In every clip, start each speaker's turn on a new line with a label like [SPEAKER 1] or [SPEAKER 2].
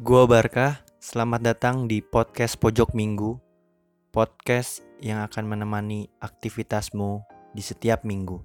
[SPEAKER 1] Gua Barkah, selamat datang di podcast Pojok Minggu. Podcast yang akan menemani aktivitasmu di setiap minggu.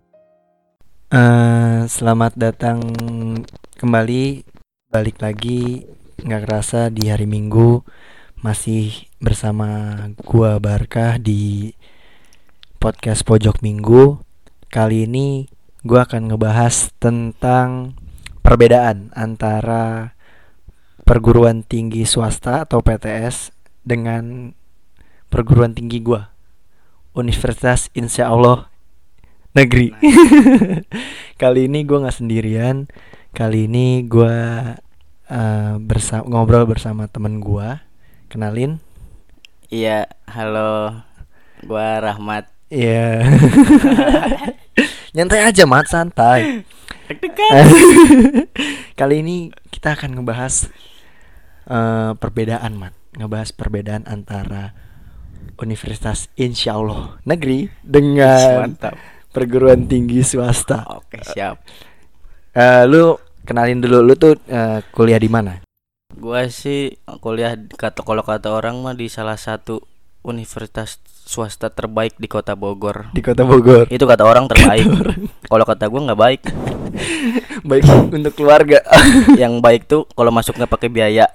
[SPEAKER 1] Selamat datang kembali, balik lagi. Gak kerasa di hari Minggu masih bersama gua Barkah di podcast Pojok Minggu. Kali ini gua akan ngebahas tentang perbedaan antara perguruan tinggi swasta atau PTS dengan perguruan tinggi gua, Universitas Insya Allah Negeri. Kali ini gua nggak sendirian. Kali ini gua ngobrol bersama temen gua. Kenalin?
[SPEAKER 2] Iya, halo. Gua Rahmat.
[SPEAKER 1] Iya. Nyantai aja, Mat, santai. Kali ini kita akan ngebahas perbedaan, Mat. Ngebahas perbedaan antara Universitas Insya Allah Negeri dengan
[SPEAKER 2] Mantap.
[SPEAKER 1] perguruan tinggi swasta.
[SPEAKER 2] Oke, siap.
[SPEAKER 1] Lu kenalin dulu, lu tuh kuliah di mana?
[SPEAKER 2] Gua sih kuliah kalau kata orang mah di salah satu universitas swasta terbaik di Kota Bogor.
[SPEAKER 1] Di Kota Bogor.
[SPEAKER 2] Itu kata orang terbaik. Kalau kata gua nggak baik.
[SPEAKER 1] Baik untuk keluarga.
[SPEAKER 2] Yang baik tuh kalau masuk nggak pakai biaya.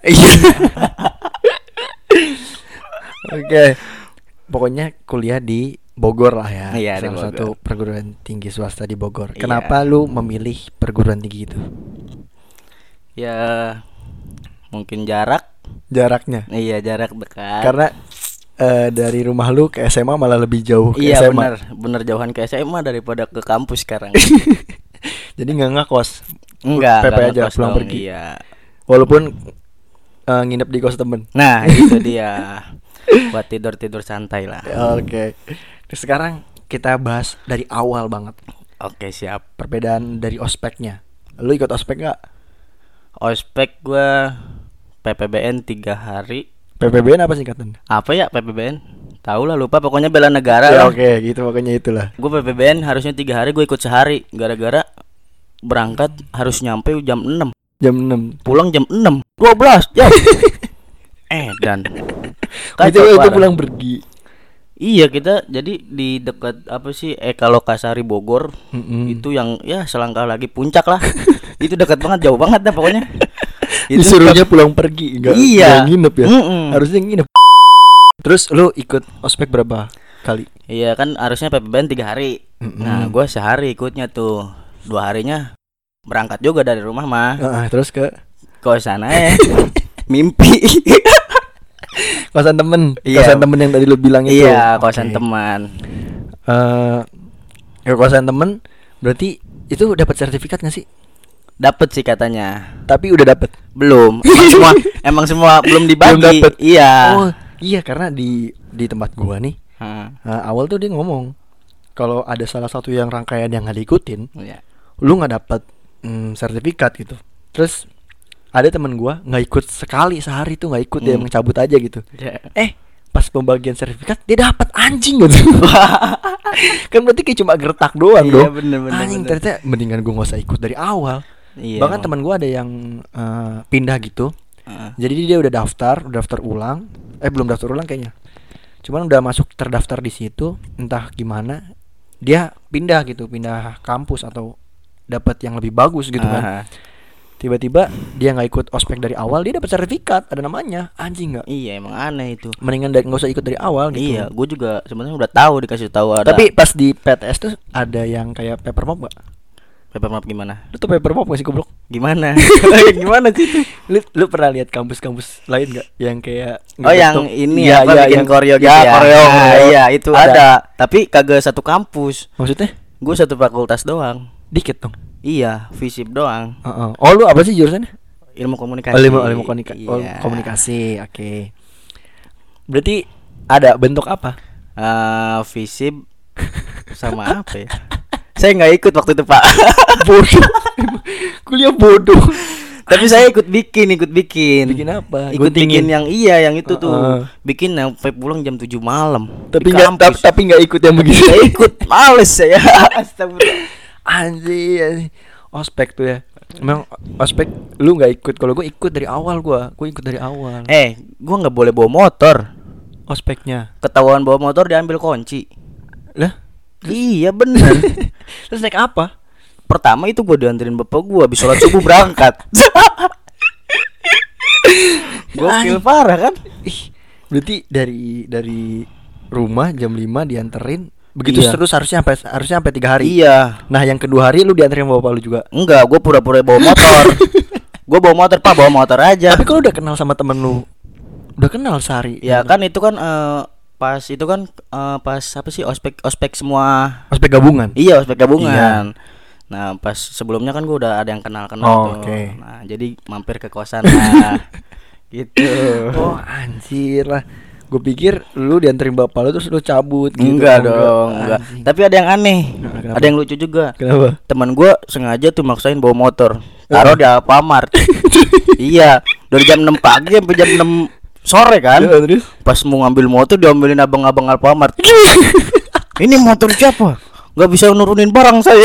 [SPEAKER 1] Oke. Pokoknya kuliah di Bogor lah ya.
[SPEAKER 2] Iya, di
[SPEAKER 1] salah
[SPEAKER 2] Bogor.
[SPEAKER 1] satu perguruan tinggi swasta di Bogor.
[SPEAKER 2] Iya.
[SPEAKER 1] Kenapa lu memilih perguruan tinggi itu?
[SPEAKER 2] Ya mungkin jaraknya.
[SPEAKER 1] Iya,
[SPEAKER 2] Jarak dekat.
[SPEAKER 1] karena dari rumah lu ke SMA malah lebih jauh ke
[SPEAKER 2] Iya,
[SPEAKER 1] SMA.
[SPEAKER 2] bener jauhan ke SMA daripada ke kampus sekarang.
[SPEAKER 1] Jadi nggak ngekos.
[SPEAKER 2] Enggak
[SPEAKER 1] PP aja
[SPEAKER 2] ngekos
[SPEAKER 1] pulang
[SPEAKER 2] dong,
[SPEAKER 1] pergi.
[SPEAKER 2] Iya.
[SPEAKER 1] Walaupun nginep di kos temen.
[SPEAKER 2] Nah, itu dia. Buat tidur santai lah.
[SPEAKER 1] Oke. Terus sekarang kita bahas dari awal banget.
[SPEAKER 2] Oke, siap.
[SPEAKER 1] Perbedaan dari ospeknya. Lu ikut ospek nggak?
[SPEAKER 2] Ospek gua PPBN 3 hari.
[SPEAKER 1] PPBN apa singkatan?
[SPEAKER 2] Apa ya PPBN? Tahu lah, lupa, pokoknya bela negara
[SPEAKER 1] Ya,
[SPEAKER 2] lah.
[SPEAKER 1] oke, gitu pokoknya itulah.
[SPEAKER 2] Gua PPBN harusnya 3 hari, gue ikut sehari. Gara-gara berangkat harus nyampe jam 6,
[SPEAKER 1] Jam 6.
[SPEAKER 2] pulang jam 6, 12 jam. Dan
[SPEAKER 1] Itu pulang pergi.
[SPEAKER 2] Iya, kita jadi di dekat apa sih, Lokasari Bogor. Itu yang ya selangkah lagi puncak lah. Itu dekat banget, jauh banget dah pokoknya. Itu
[SPEAKER 1] Disuruhnya pulang pergi, enggak
[SPEAKER 2] Iya.
[SPEAKER 1] nginep ya.
[SPEAKER 2] Mm-mm.
[SPEAKER 1] Harusnya nginep. Terus lu ikut ospek berapa kali?
[SPEAKER 2] Iya kan harusnya PPBN 3 hari. Nah, gue sehari ikutnya tuh. 2 harinya berangkat juga dari rumah mah.
[SPEAKER 1] Terus ke
[SPEAKER 2] Kosan aja. Mimpi.
[SPEAKER 1] kosan temen.
[SPEAKER 2] Iya.
[SPEAKER 1] Kosan temen yang tadi lu bilang itu.
[SPEAKER 2] Iya, kosan
[SPEAKER 1] Oke.
[SPEAKER 2] teman.
[SPEAKER 1] Ke kosan temen berarti itu dapat sertifikat nggak sih?
[SPEAKER 2] Dapat sih katanya.
[SPEAKER 1] Tapi udah dapet.
[SPEAKER 2] Belum. Emang semua belum dibagi.
[SPEAKER 1] Belum dapet.
[SPEAKER 2] Iya.
[SPEAKER 1] Oh iya, karena di tempat gua nih awal tuh dia ngomong kalau ada salah satu yang rangkaian yang nggak diikutin,
[SPEAKER 2] Iya.
[SPEAKER 1] lu nggak dapet sertifikat gitu. Terus ada temen gua nggak ikut sekali, sehari tuh nggak ikut, dia emang cabut aja gitu.
[SPEAKER 2] Iya.
[SPEAKER 1] Pas pembagian sertifikat dia dapat, anjing gitu. Kan berarti kayak cuma gertak doang
[SPEAKER 2] Iya,
[SPEAKER 1] dong.
[SPEAKER 2] bener.
[SPEAKER 1] Anjing, ternyata mendingan gua nggak usah ikut dari awal.
[SPEAKER 2] Iya.
[SPEAKER 1] Bahkan teman gua ada yang pindah gitu. Jadi dia udah daftar ulang. Belum daftar ulang kayaknya. Cuman udah masuk terdaftar di situ, entah gimana dia pindah gitu, pindah kampus atau dapat yang lebih bagus gitu kan. Tiba-tiba dia nggak ikut ospek dari awal, dia dapat sertifikat, ada namanya. Anjing nggak?
[SPEAKER 2] Iya, emang aneh itu.
[SPEAKER 1] Mendingan nggak usah ikut dari awal gitu.
[SPEAKER 2] Iya, gue juga sebenarnya udah tahu, dikasih tahu ada.
[SPEAKER 1] Tapi pas di PTS tuh ada yang kayak paper mop gak?
[SPEAKER 2] paper map gimana?
[SPEAKER 1] Lu tuh paper mop gak sih, goblok?
[SPEAKER 2] Gimana? Gimana sih?
[SPEAKER 1] Lu pernah lihat kampus-kampus lain gak yang kayak
[SPEAKER 2] Oh, yang
[SPEAKER 1] ngebentuk-
[SPEAKER 2] ini
[SPEAKER 1] Iya,
[SPEAKER 2] apa,
[SPEAKER 1] iya,
[SPEAKER 2] bikin
[SPEAKER 1] yang-
[SPEAKER 2] koreo gitu
[SPEAKER 1] ya,
[SPEAKER 2] ya.
[SPEAKER 1] koreo.
[SPEAKER 2] Nah, iya, itu
[SPEAKER 1] Ada.
[SPEAKER 2] ada. Tapi kagak satu kampus.
[SPEAKER 1] Maksudnya
[SPEAKER 2] Gue satu fakultas doang.
[SPEAKER 1] dikit dong.
[SPEAKER 2] Iya, FISIP doang.
[SPEAKER 1] Oh, lu apa sih jurusannya?
[SPEAKER 2] Ilmu komunikasi.
[SPEAKER 1] Ilmu komunikasi. Oh,
[SPEAKER 2] Iya.
[SPEAKER 1] komunikasi. Oke. Berarti ada bentuk apa?
[SPEAKER 2] FISIP sama apa ya? Saya nggak ikut waktu itu, Pak.
[SPEAKER 1] Bodoh. Kuliah bodoh.
[SPEAKER 2] Tapi saya ikut bikin.
[SPEAKER 1] Bikin apa?
[SPEAKER 2] Ikut bikin yang yang itu tuh.
[SPEAKER 1] Heeh.
[SPEAKER 2] Bikin sampai pulang jam 7 malam.
[SPEAKER 1] Tapi
[SPEAKER 2] Di
[SPEAKER 1] nggak
[SPEAKER 2] kampus.
[SPEAKER 1] tapi nggak ikut yang begitu.
[SPEAKER 2] Saya ikut, males saya. Astagfirullah.
[SPEAKER 1] Anjir. Ospek tuh ya. Emang ospek lu nggak ikut? Kalau gue ikut dari awal, gue ikut dari awal.
[SPEAKER 2] Gue nggak boleh bawa motor.
[SPEAKER 1] Ospeknya
[SPEAKER 2] Ketahuan bawa motor diambil kunci.
[SPEAKER 1] lah.
[SPEAKER 2] Iya bener.
[SPEAKER 1] Terus naik apa?
[SPEAKER 2] Pertama itu gue dianterin bapak gue habis sholat subuh berangkat. Gokil parah kan?
[SPEAKER 1] Ih, berarti dari rumah jam 5 dianterin. Begitu
[SPEAKER 2] Iya.
[SPEAKER 1] terus harusnya sampai 3 hari.
[SPEAKER 2] Iya.
[SPEAKER 1] Nah, yang kedua hari lu dianterin sama bapak lu juga.
[SPEAKER 2] Enggak, gue pura-pura bawa motor. Gue bawa motor, Pak, bawa motor aja.
[SPEAKER 1] Tapi kalau udah kenal sama temen lu, udah kenal sehari.
[SPEAKER 2] Ya kan itu kan pas itu kan pas apa sih ospek semua.
[SPEAKER 1] Ospek gabungan.
[SPEAKER 2] Iya, ospek gabungan. Nah, pas sebelumnya kan gue udah ada yang kenal-kenal
[SPEAKER 1] Oh,
[SPEAKER 2] tuh.
[SPEAKER 1] oke.
[SPEAKER 2] Nah, jadi mampir ke kosan lah. Gitu.
[SPEAKER 1] Oh, anjir lah. Gue pikir lu dianterin bapak lu terus lu cabut gitu.
[SPEAKER 2] Enggak dong, enggak.
[SPEAKER 1] Anjing.
[SPEAKER 2] Tapi ada yang aneh.
[SPEAKER 1] Kenapa?
[SPEAKER 2] Ada yang lucu juga.
[SPEAKER 1] Kenapa?
[SPEAKER 2] Teman gue sengaja tuh maksain bawa motor. Taruh di Alfamart. Iya, dari jam 6 pagi sampai jam 6 sore kan.
[SPEAKER 1] Ya, terus?
[SPEAKER 2] Pas mau ngambil motor diambilin abang-abang Alfamart. Ini motor siapa? Gak bisa nurunin barang saya.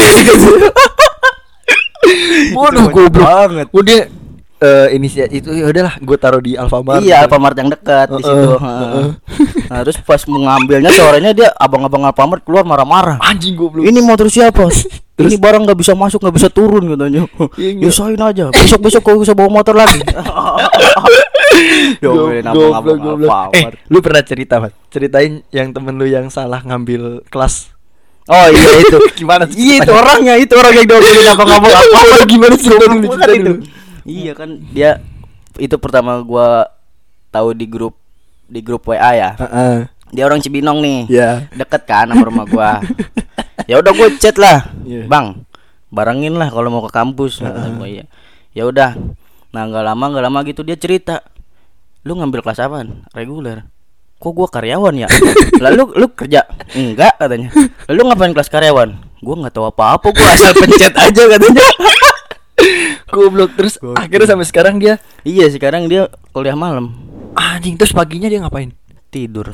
[SPEAKER 1] Waduh,
[SPEAKER 2] Itu
[SPEAKER 1] goblok
[SPEAKER 2] banget.
[SPEAKER 1] Udah inisiatif itu ya udahlah gue taruh di Alfamart.
[SPEAKER 2] Iya, Alfamart yang dekat di situ. Nah, terus pas mau ngambilnya sorenya dia abang-abang Alfamart keluar marah-marah.
[SPEAKER 1] Anjing goblok.
[SPEAKER 2] Ini motor siapa? Ini barang nggak bisa masuk, nggak bisa turun katanya.
[SPEAKER 1] Iya.
[SPEAKER 2] Usahain aja. Besok kau bisa bawa motor lagi. Diomelin abang-abang Alfamart.
[SPEAKER 1] Lu pernah cerita, Mas? Ceritain yang temen lu yang salah ngambil kelas.
[SPEAKER 2] Oh iya itu.
[SPEAKER 1] Gimana sih
[SPEAKER 2] Iya
[SPEAKER 1] ceritanya?
[SPEAKER 2] itu orang yang diomelin abang-abang Alfamart.
[SPEAKER 1] Gimana sih
[SPEAKER 2] Goblok
[SPEAKER 1] dulu,
[SPEAKER 2] banget
[SPEAKER 1] ceritain
[SPEAKER 2] itu.
[SPEAKER 1] dulu.
[SPEAKER 2] Iya kan dia itu pertama gua tahu di grup WA ya.
[SPEAKER 1] Heeh.
[SPEAKER 2] Dia orang Cibinong nih.
[SPEAKER 1] Iya.
[SPEAKER 2] Deket kan sama rumah gua. Ya udah gue chat lah.
[SPEAKER 1] Iya.
[SPEAKER 2] Bang, barengin lah kalau mau ke kampus. Kata gua, iya. Ya udah. Nah, nggak lama gitu dia cerita. Lu ngambil kelas apaan? Reguler. Kok gua karyawan ya? Lalu lu kerja? Enggak katanya. Lalu ngapain kelas karyawan? Gua nggak tahu apa-apa, gua asal pencet aja katanya.
[SPEAKER 1] Goblok terus akhirnya sampai sekarang dia
[SPEAKER 2] Iya, sekarang dia kuliah malam.
[SPEAKER 1] anjing terus paginya dia ngapain?
[SPEAKER 2] Tidur.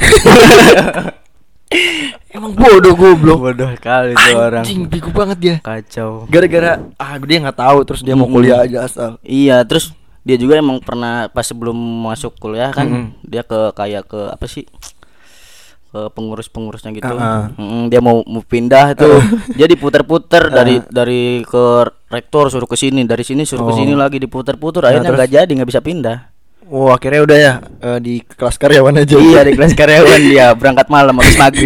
[SPEAKER 1] Emang bodoh goblok.
[SPEAKER 2] Bodoh kali tuh orang.
[SPEAKER 1] Anjing bego banget dia.
[SPEAKER 2] Kacau.
[SPEAKER 1] Gara-gara dia nggak tahu terus dia mau kuliah aja asal.
[SPEAKER 2] Iya, terus dia juga emang pernah pas sebelum masuk kuliah kan dia ke kayak ke apa sih? Ke pengurus-pengurusnya gitu. Dia mau pindah tuh. Dia diputer-puter dari ke rektor suruh ke sini, dari sini suruh ke sini lagi diputer-puter. Akhirnya nggak jadi, nggak bisa pindah.
[SPEAKER 1] Oh akhirnya udah ya di kelas karyawan aja.
[SPEAKER 2] Iya, di kelas karyawan dia berangkat malam habis maghrib.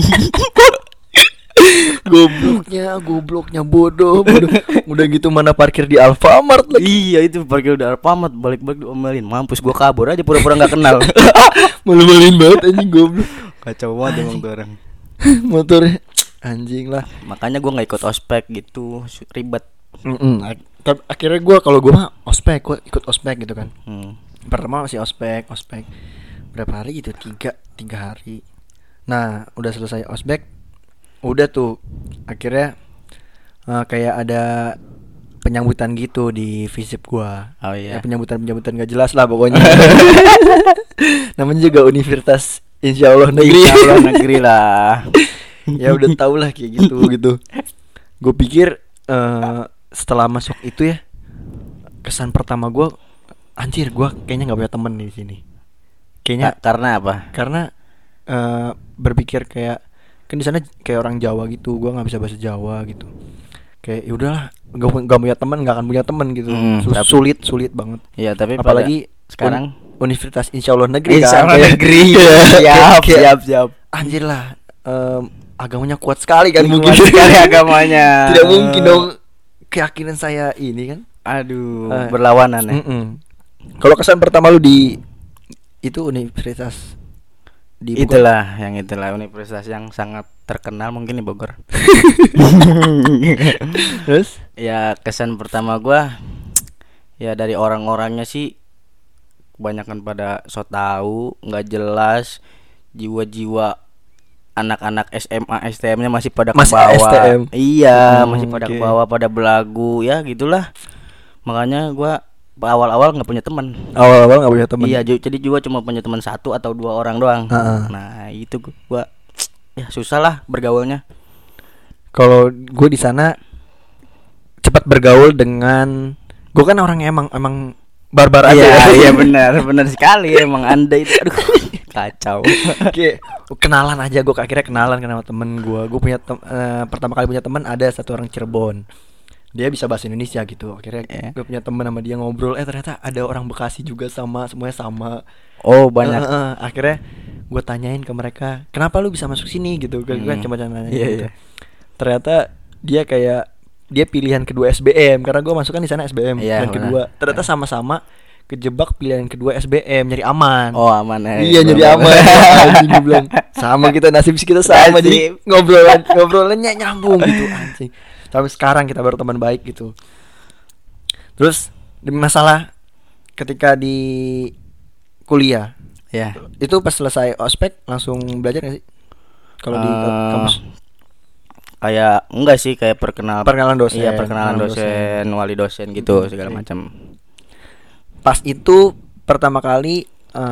[SPEAKER 1] Gobloknya bodoh. Udah gitu mana parkir di Alfamart lagi.
[SPEAKER 2] Iya, itu parkir udah Alfamart, balik-balik diomelin. Mampus gua kabur aja pura-pura nggak kenal.
[SPEAKER 1] Malu-maluin banget anjing goblok.
[SPEAKER 2] Kacau banget emang tuh orang.
[SPEAKER 1] Motornya anjing lah.
[SPEAKER 2] Makanya gua nggak ikut ospek gitu, ribet.
[SPEAKER 1] Akhirnya kalau gue mah gue ikut ospek gitu kan. Pertama masih ospek berapa hari gitu, tiga hari. Nah udah selesai ospek, udah tuh akhirnya kayak ada penyambutan gitu di visip gua.
[SPEAKER 2] Oh iya.
[SPEAKER 1] Ya, penyambutan gak jelas lah pokoknya. Namanya juga Universitas Insya Allah
[SPEAKER 2] Negeri lah.
[SPEAKER 1] Ya udah tau lah kayak gitu. Gue pikir setelah masuk itu ya, kesan pertama gue, anjir gue kayaknya nggak punya temen di sini. Kayaknya
[SPEAKER 2] Karena apa?
[SPEAKER 1] karena berpikir kayak kan di sana kayak orang Jawa gitu, gue nggak bisa bahasa Jawa gitu. Kayak ya udahlah, gak punya teman, nggak akan punya teman gitu. Sulit banget.
[SPEAKER 2] Ya tapi
[SPEAKER 1] Apalagi
[SPEAKER 2] sekarang
[SPEAKER 1] Universitas Insya Allah Negeri
[SPEAKER 2] Insya
[SPEAKER 1] kan.
[SPEAKER 2] Allah Negeri. Siap.
[SPEAKER 1] Anjir lah, agamanya kuat sekali kan.
[SPEAKER 2] Mungkin sekali agamanya.
[SPEAKER 1] Tidak mungkin dong keyakinan saya ini kan.
[SPEAKER 2] Aduh, berlawanan ya.
[SPEAKER 1] Kalau kesan pertama lu di itu universitas di Bogor?
[SPEAKER 2] Itulah universitas yang sangat terkenal mungkin di Bogor.
[SPEAKER 1] Terus?
[SPEAKER 2] Ya kesan pertama gua ya dari orang-orangnya sih kebanyakan pada so tahu, nggak jelas, jiwa-jiwa anak-anak SMA STM-nya masih pada ke bawah.
[SPEAKER 1] STM.
[SPEAKER 2] Iya, masih pada ke bawah, pada belagu ya gitulah. Makanya gua awal-awal nggak punya teman.
[SPEAKER 1] Awal-awal nggak punya teman.
[SPEAKER 2] Iya, jadi juga cuma punya teman 1 atau 2 orang doang. Nah, itu gua ya susah lah bergaulnya.
[SPEAKER 1] Kalau gue di sana cepat bergaul dengan gue kan orang yang emang barbar aja.
[SPEAKER 2] Iya benar sekali emang Anda itu aduh kacau.
[SPEAKER 1] Kayak kenalan aja gue akhirnya kenalan sama temen gue punya pertama kali punya teman ada satu orang Cirebon, dia bisa bahasa Indonesia gitu. Akhirnya gue punya temen sama dia ngobrol, ternyata ada orang Bekasi juga semuanya sama.
[SPEAKER 2] Oh banyak.
[SPEAKER 1] Akhirnya gue tanyain ke mereka, kenapa lu bisa masuk sini gitu. Gue coba nanya gitu. Ternyata dia pilihan kedua SBM karena gue masuk kan di sana SBM yang kedua. Ternyata sama-sama kejebak pilihan kedua SBM, nyari aman.
[SPEAKER 2] Oh aman ya.
[SPEAKER 1] Iya nyari aman. Anjing gue bilang sama kita, nasib kita sama. Jadi ngobrolannya nyambung gitu anjing. Sampai sekarang kita baru teman baik gitu. Terus masalah ketika di kuliah
[SPEAKER 2] ya,
[SPEAKER 1] itu pas selesai ospek langsung belajar gak sih kalau di kampus?
[SPEAKER 2] Kayak enggak sih, kayak perkenalan dosen. Iya, perkenalan dosen, wali dosen gitu segala macam.
[SPEAKER 1] Pas itu pertama kali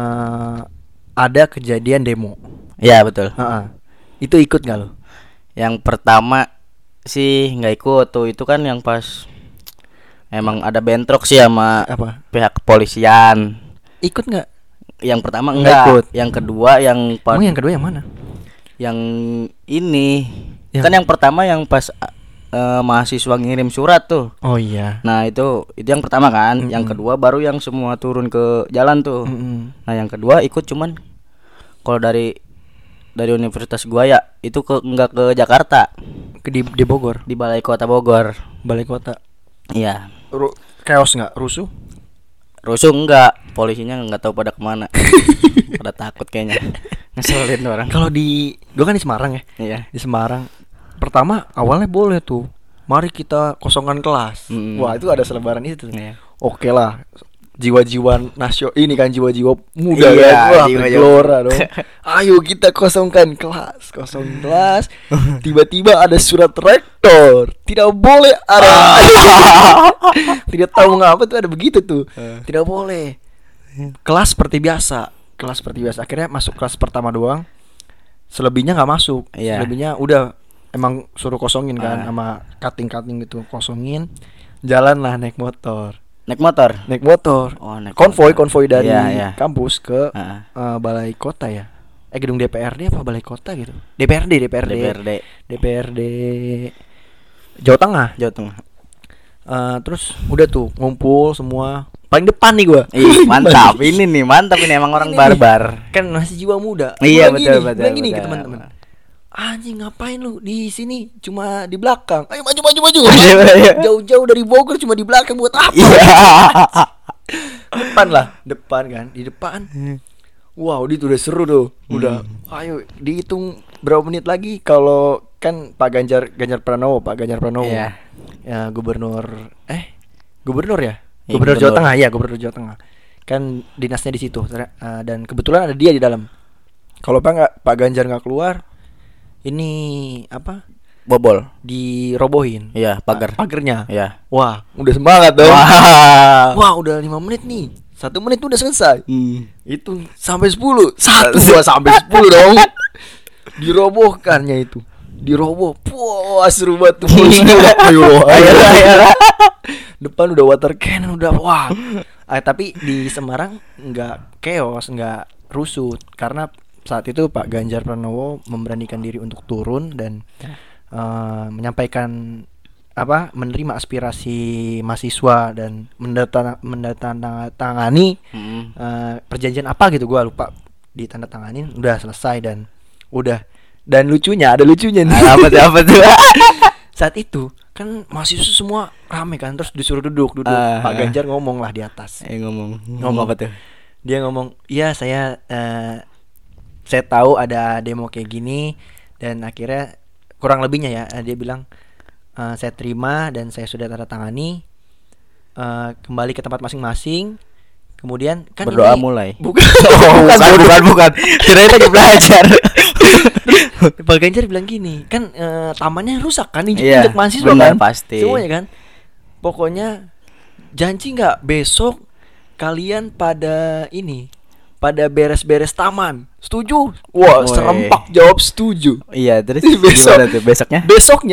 [SPEAKER 1] ada kejadian demo.
[SPEAKER 2] Iya, betul.
[SPEAKER 1] Itu ikut enggak lo?
[SPEAKER 2] Yang pertama sih enggak ikut tuh, itu kan yang pas emang ada bentrok sih sama pihak kepolisian.
[SPEAKER 1] Ikut enggak?
[SPEAKER 2] Yang pertama enggak ikut. Yang kedua yang
[SPEAKER 1] yang kedua yang mana?
[SPEAKER 2] Yang ini kan yang pertama yang pas mahasiswa ngirim surat tuh.
[SPEAKER 1] Oh iya.
[SPEAKER 2] Nah itu yang pertama kan. Yang kedua baru yang semua turun ke jalan tuh. Nah yang kedua ikut cuman kalau dari universitas gua ya itu enggak ke Jakarta,
[SPEAKER 1] di Bogor,
[SPEAKER 2] di Balai Kota Bogor.
[SPEAKER 1] Balai Kota.
[SPEAKER 2] Iya.
[SPEAKER 1] Chaos nggak? Rusuh
[SPEAKER 2] enggak, polisinya enggak tahu pada kemana. Pada takut kayaknya. Ngeselin orang. Kalau
[SPEAKER 1] gua kan di Semarang ya.
[SPEAKER 2] Iya.
[SPEAKER 1] Di Semarang. Pertama awalnya boleh tuh, mari kita kosongkan kelas. Wah itu ada selebaran itu. Iya. Oke lah, jiwa-jiwa ini kan jiwa-jiwa muda kan. Wah gelora dong. Ayo kita kosongkan kelas. Tiba-tiba ada surat rektor, tidak boleh ada. Tidak tahu mengapa tuh ada begitu tuh. Tidak boleh. Kelas seperti biasa. Akhirnya masuk kelas pertama doang. Selebihnya nggak masuk. Selebihnya udah emang suruh kosongin kan, sama cutting gitu, kosongin. Jalan lah naik motor. Oh, konvoy dari kampus ke balai kota ya. Gedung DPRD apa balai kota gitu. DPRD Jawa Tengah. Terus udah tuh ngumpul semua paling depan nih gua.
[SPEAKER 2] Mantap. Ini emang orang barbar.
[SPEAKER 1] Kan masih jiwa muda.
[SPEAKER 2] Iya betul.
[SPEAKER 1] Gini ke teman-teman. Anjing ngapain lu di sini, cuma di belakang. Ayo maju. Jauh-jauh dari Bogor cuma di belakang buat apa? Depan kan. Di depan. Wow, itu udah seru tuh. Udah. Ayo dihitung berapa menit lagi kalau kan Pak Ganjar Pranowo.
[SPEAKER 2] Iya.
[SPEAKER 1] Ya gubernur ya? Gubernur Jawa Tengah. Ya, gubernur Jawa Tengah. Kan dinasnya di situ. Dan kebetulan ada dia di dalam. Kalau Pak Ganjar enggak keluar, ini
[SPEAKER 2] bobol
[SPEAKER 1] dirobohin.
[SPEAKER 2] Iya,
[SPEAKER 1] pagernya.
[SPEAKER 2] Iya.
[SPEAKER 1] Wah, udah semangat dong. Wah, udah 5 menit nih. 1 menit udah selesai. Itu sampai 10. 2 sampai 10 dong. Dirobohkannya itu. Wah, seru banget tuh. Ayo. Depan udah water cannon udah. Wah. Tapi di Semarang enggak chaos, enggak rusuh karena saat itu Pak Ganjar Pranowo memberanikan diri untuk turun dan menyampaikan menerima aspirasi mahasiswa dan mendatangani perjanjian apa gitu, gua lupa, ditandatanganin, udah selesai dan lucunya ada lucunya nih.
[SPEAKER 2] Apa tuh?
[SPEAKER 1] Saat itu kan mahasiswa semua rame kan, terus disuruh duduk. Pak Ganjar ngomong lah di atas.
[SPEAKER 2] Ngomong apa tuh?
[SPEAKER 1] Dia ngomong, "Iya, saya tahu ada demo kayak gini dan akhirnya kurang lebihnya ya dia bilang saya terima dan saya sudah tanda tangani, kembali ke tempat masing-masing. Kemudian kan
[SPEAKER 2] berdoa mulai."
[SPEAKER 1] Bukan.
[SPEAKER 2] Kirain lagi belajar.
[SPEAKER 1] Pak Ganjar bilang gini, kan tamannya rusak kan, injek mahasiswa kan,
[SPEAKER 2] pasti.
[SPEAKER 1] Semuanya kan. Pokoknya janji nggak besok kalian pada beres-beres taman. Setuju? Wah, serempak jawab setuju.
[SPEAKER 2] Iya, terus
[SPEAKER 1] besoknya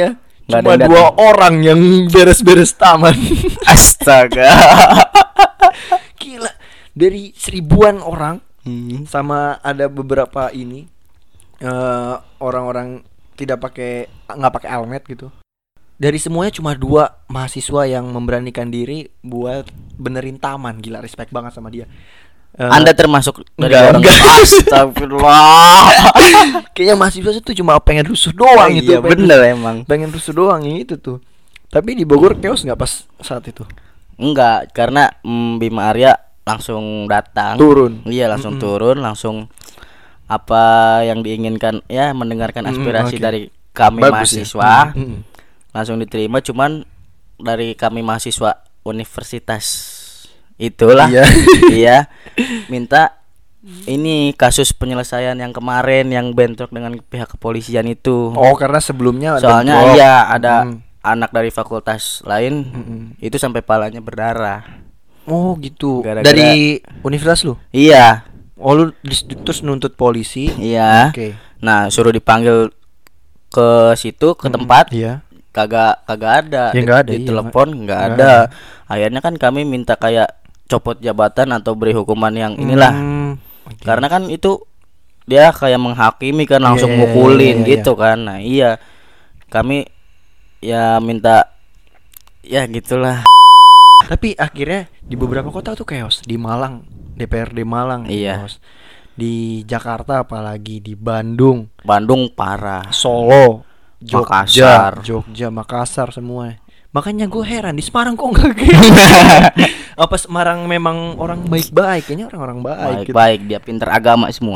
[SPEAKER 1] Cuma 2 orang yang beres-beres taman.
[SPEAKER 2] Astaga.
[SPEAKER 1] Gila, dari 1000-an orang sama ada beberapa ini orang-orang nggak pakai helmet gitu. Dari semuanya cuma 2 mahasiswa yang memberanikan diri buat benerin taman. Gila, respect banget sama dia.
[SPEAKER 2] Anda termasuk dari orang. Astagfirullah.
[SPEAKER 1] Kayaknya mahasiswa itu cuma pengen rusuh doang gitu.
[SPEAKER 2] Iya bener emang.
[SPEAKER 1] Pengen rusuh doang itu tuh. Tapi di Bogor chaos nggak pas saat itu?
[SPEAKER 2] Enggak, karena Bima Arya langsung datang.
[SPEAKER 1] Turun.
[SPEAKER 2] Iya langsung turun, langsung apa yang diinginkan ya, mendengarkan aspirasi dari kami mahasiswa. Langsung diterima, cuman dari kami mahasiswa universitas itulah iya minta ini kasus penyelesaian yang kemarin yang bentrok dengan pihak kepolisian itu.
[SPEAKER 1] Oh, karena sebelumnya
[SPEAKER 2] soalnya ada anak dari fakultas lain itu sampai palanya berdarah.
[SPEAKER 1] Oh gitu.
[SPEAKER 2] Gara-gara
[SPEAKER 1] dari universitas lu?
[SPEAKER 2] Iya.
[SPEAKER 1] Oh, lu terus nuntut polisi?
[SPEAKER 2] Iya.
[SPEAKER 1] Oke.
[SPEAKER 2] Nah, suruh dipanggil ke situ, ke tempat.
[SPEAKER 1] Iya.
[SPEAKER 2] Kagak ada.
[SPEAKER 1] Ya, nggak ada.
[SPEAKER 2] Di telepon nggak ada. Akhirnya kan kami minta kayak copot jabatan atau beri hukuman yang inilah.
[SPEAKER 1] Okay.
[SPEAKER 2] Karena kan itu dia kayak menghakimi kan, langsung mukulin gitu kan. Nah, iya. Kami ya minta ya gitulah.
[SPEAKER 1] Tapi akhirnya di beberapa kota tuh chaos. Di Malang, DPRD Malang chaos. Di Jakarta apalagi, di Bandung
[SPEAKER 2] parah.
[SPEAKER 1] Solo,
[SPEAKER 2] Makassar,
[SPEAKER 1] Makassar semua. Makanya gue heran di Semarang kok enggak gitu. Apa Semarang memang orang baik-baik? Kayaknya orang-orang baik.
[SPEAKER 2] Baik, dia pinter agama semua.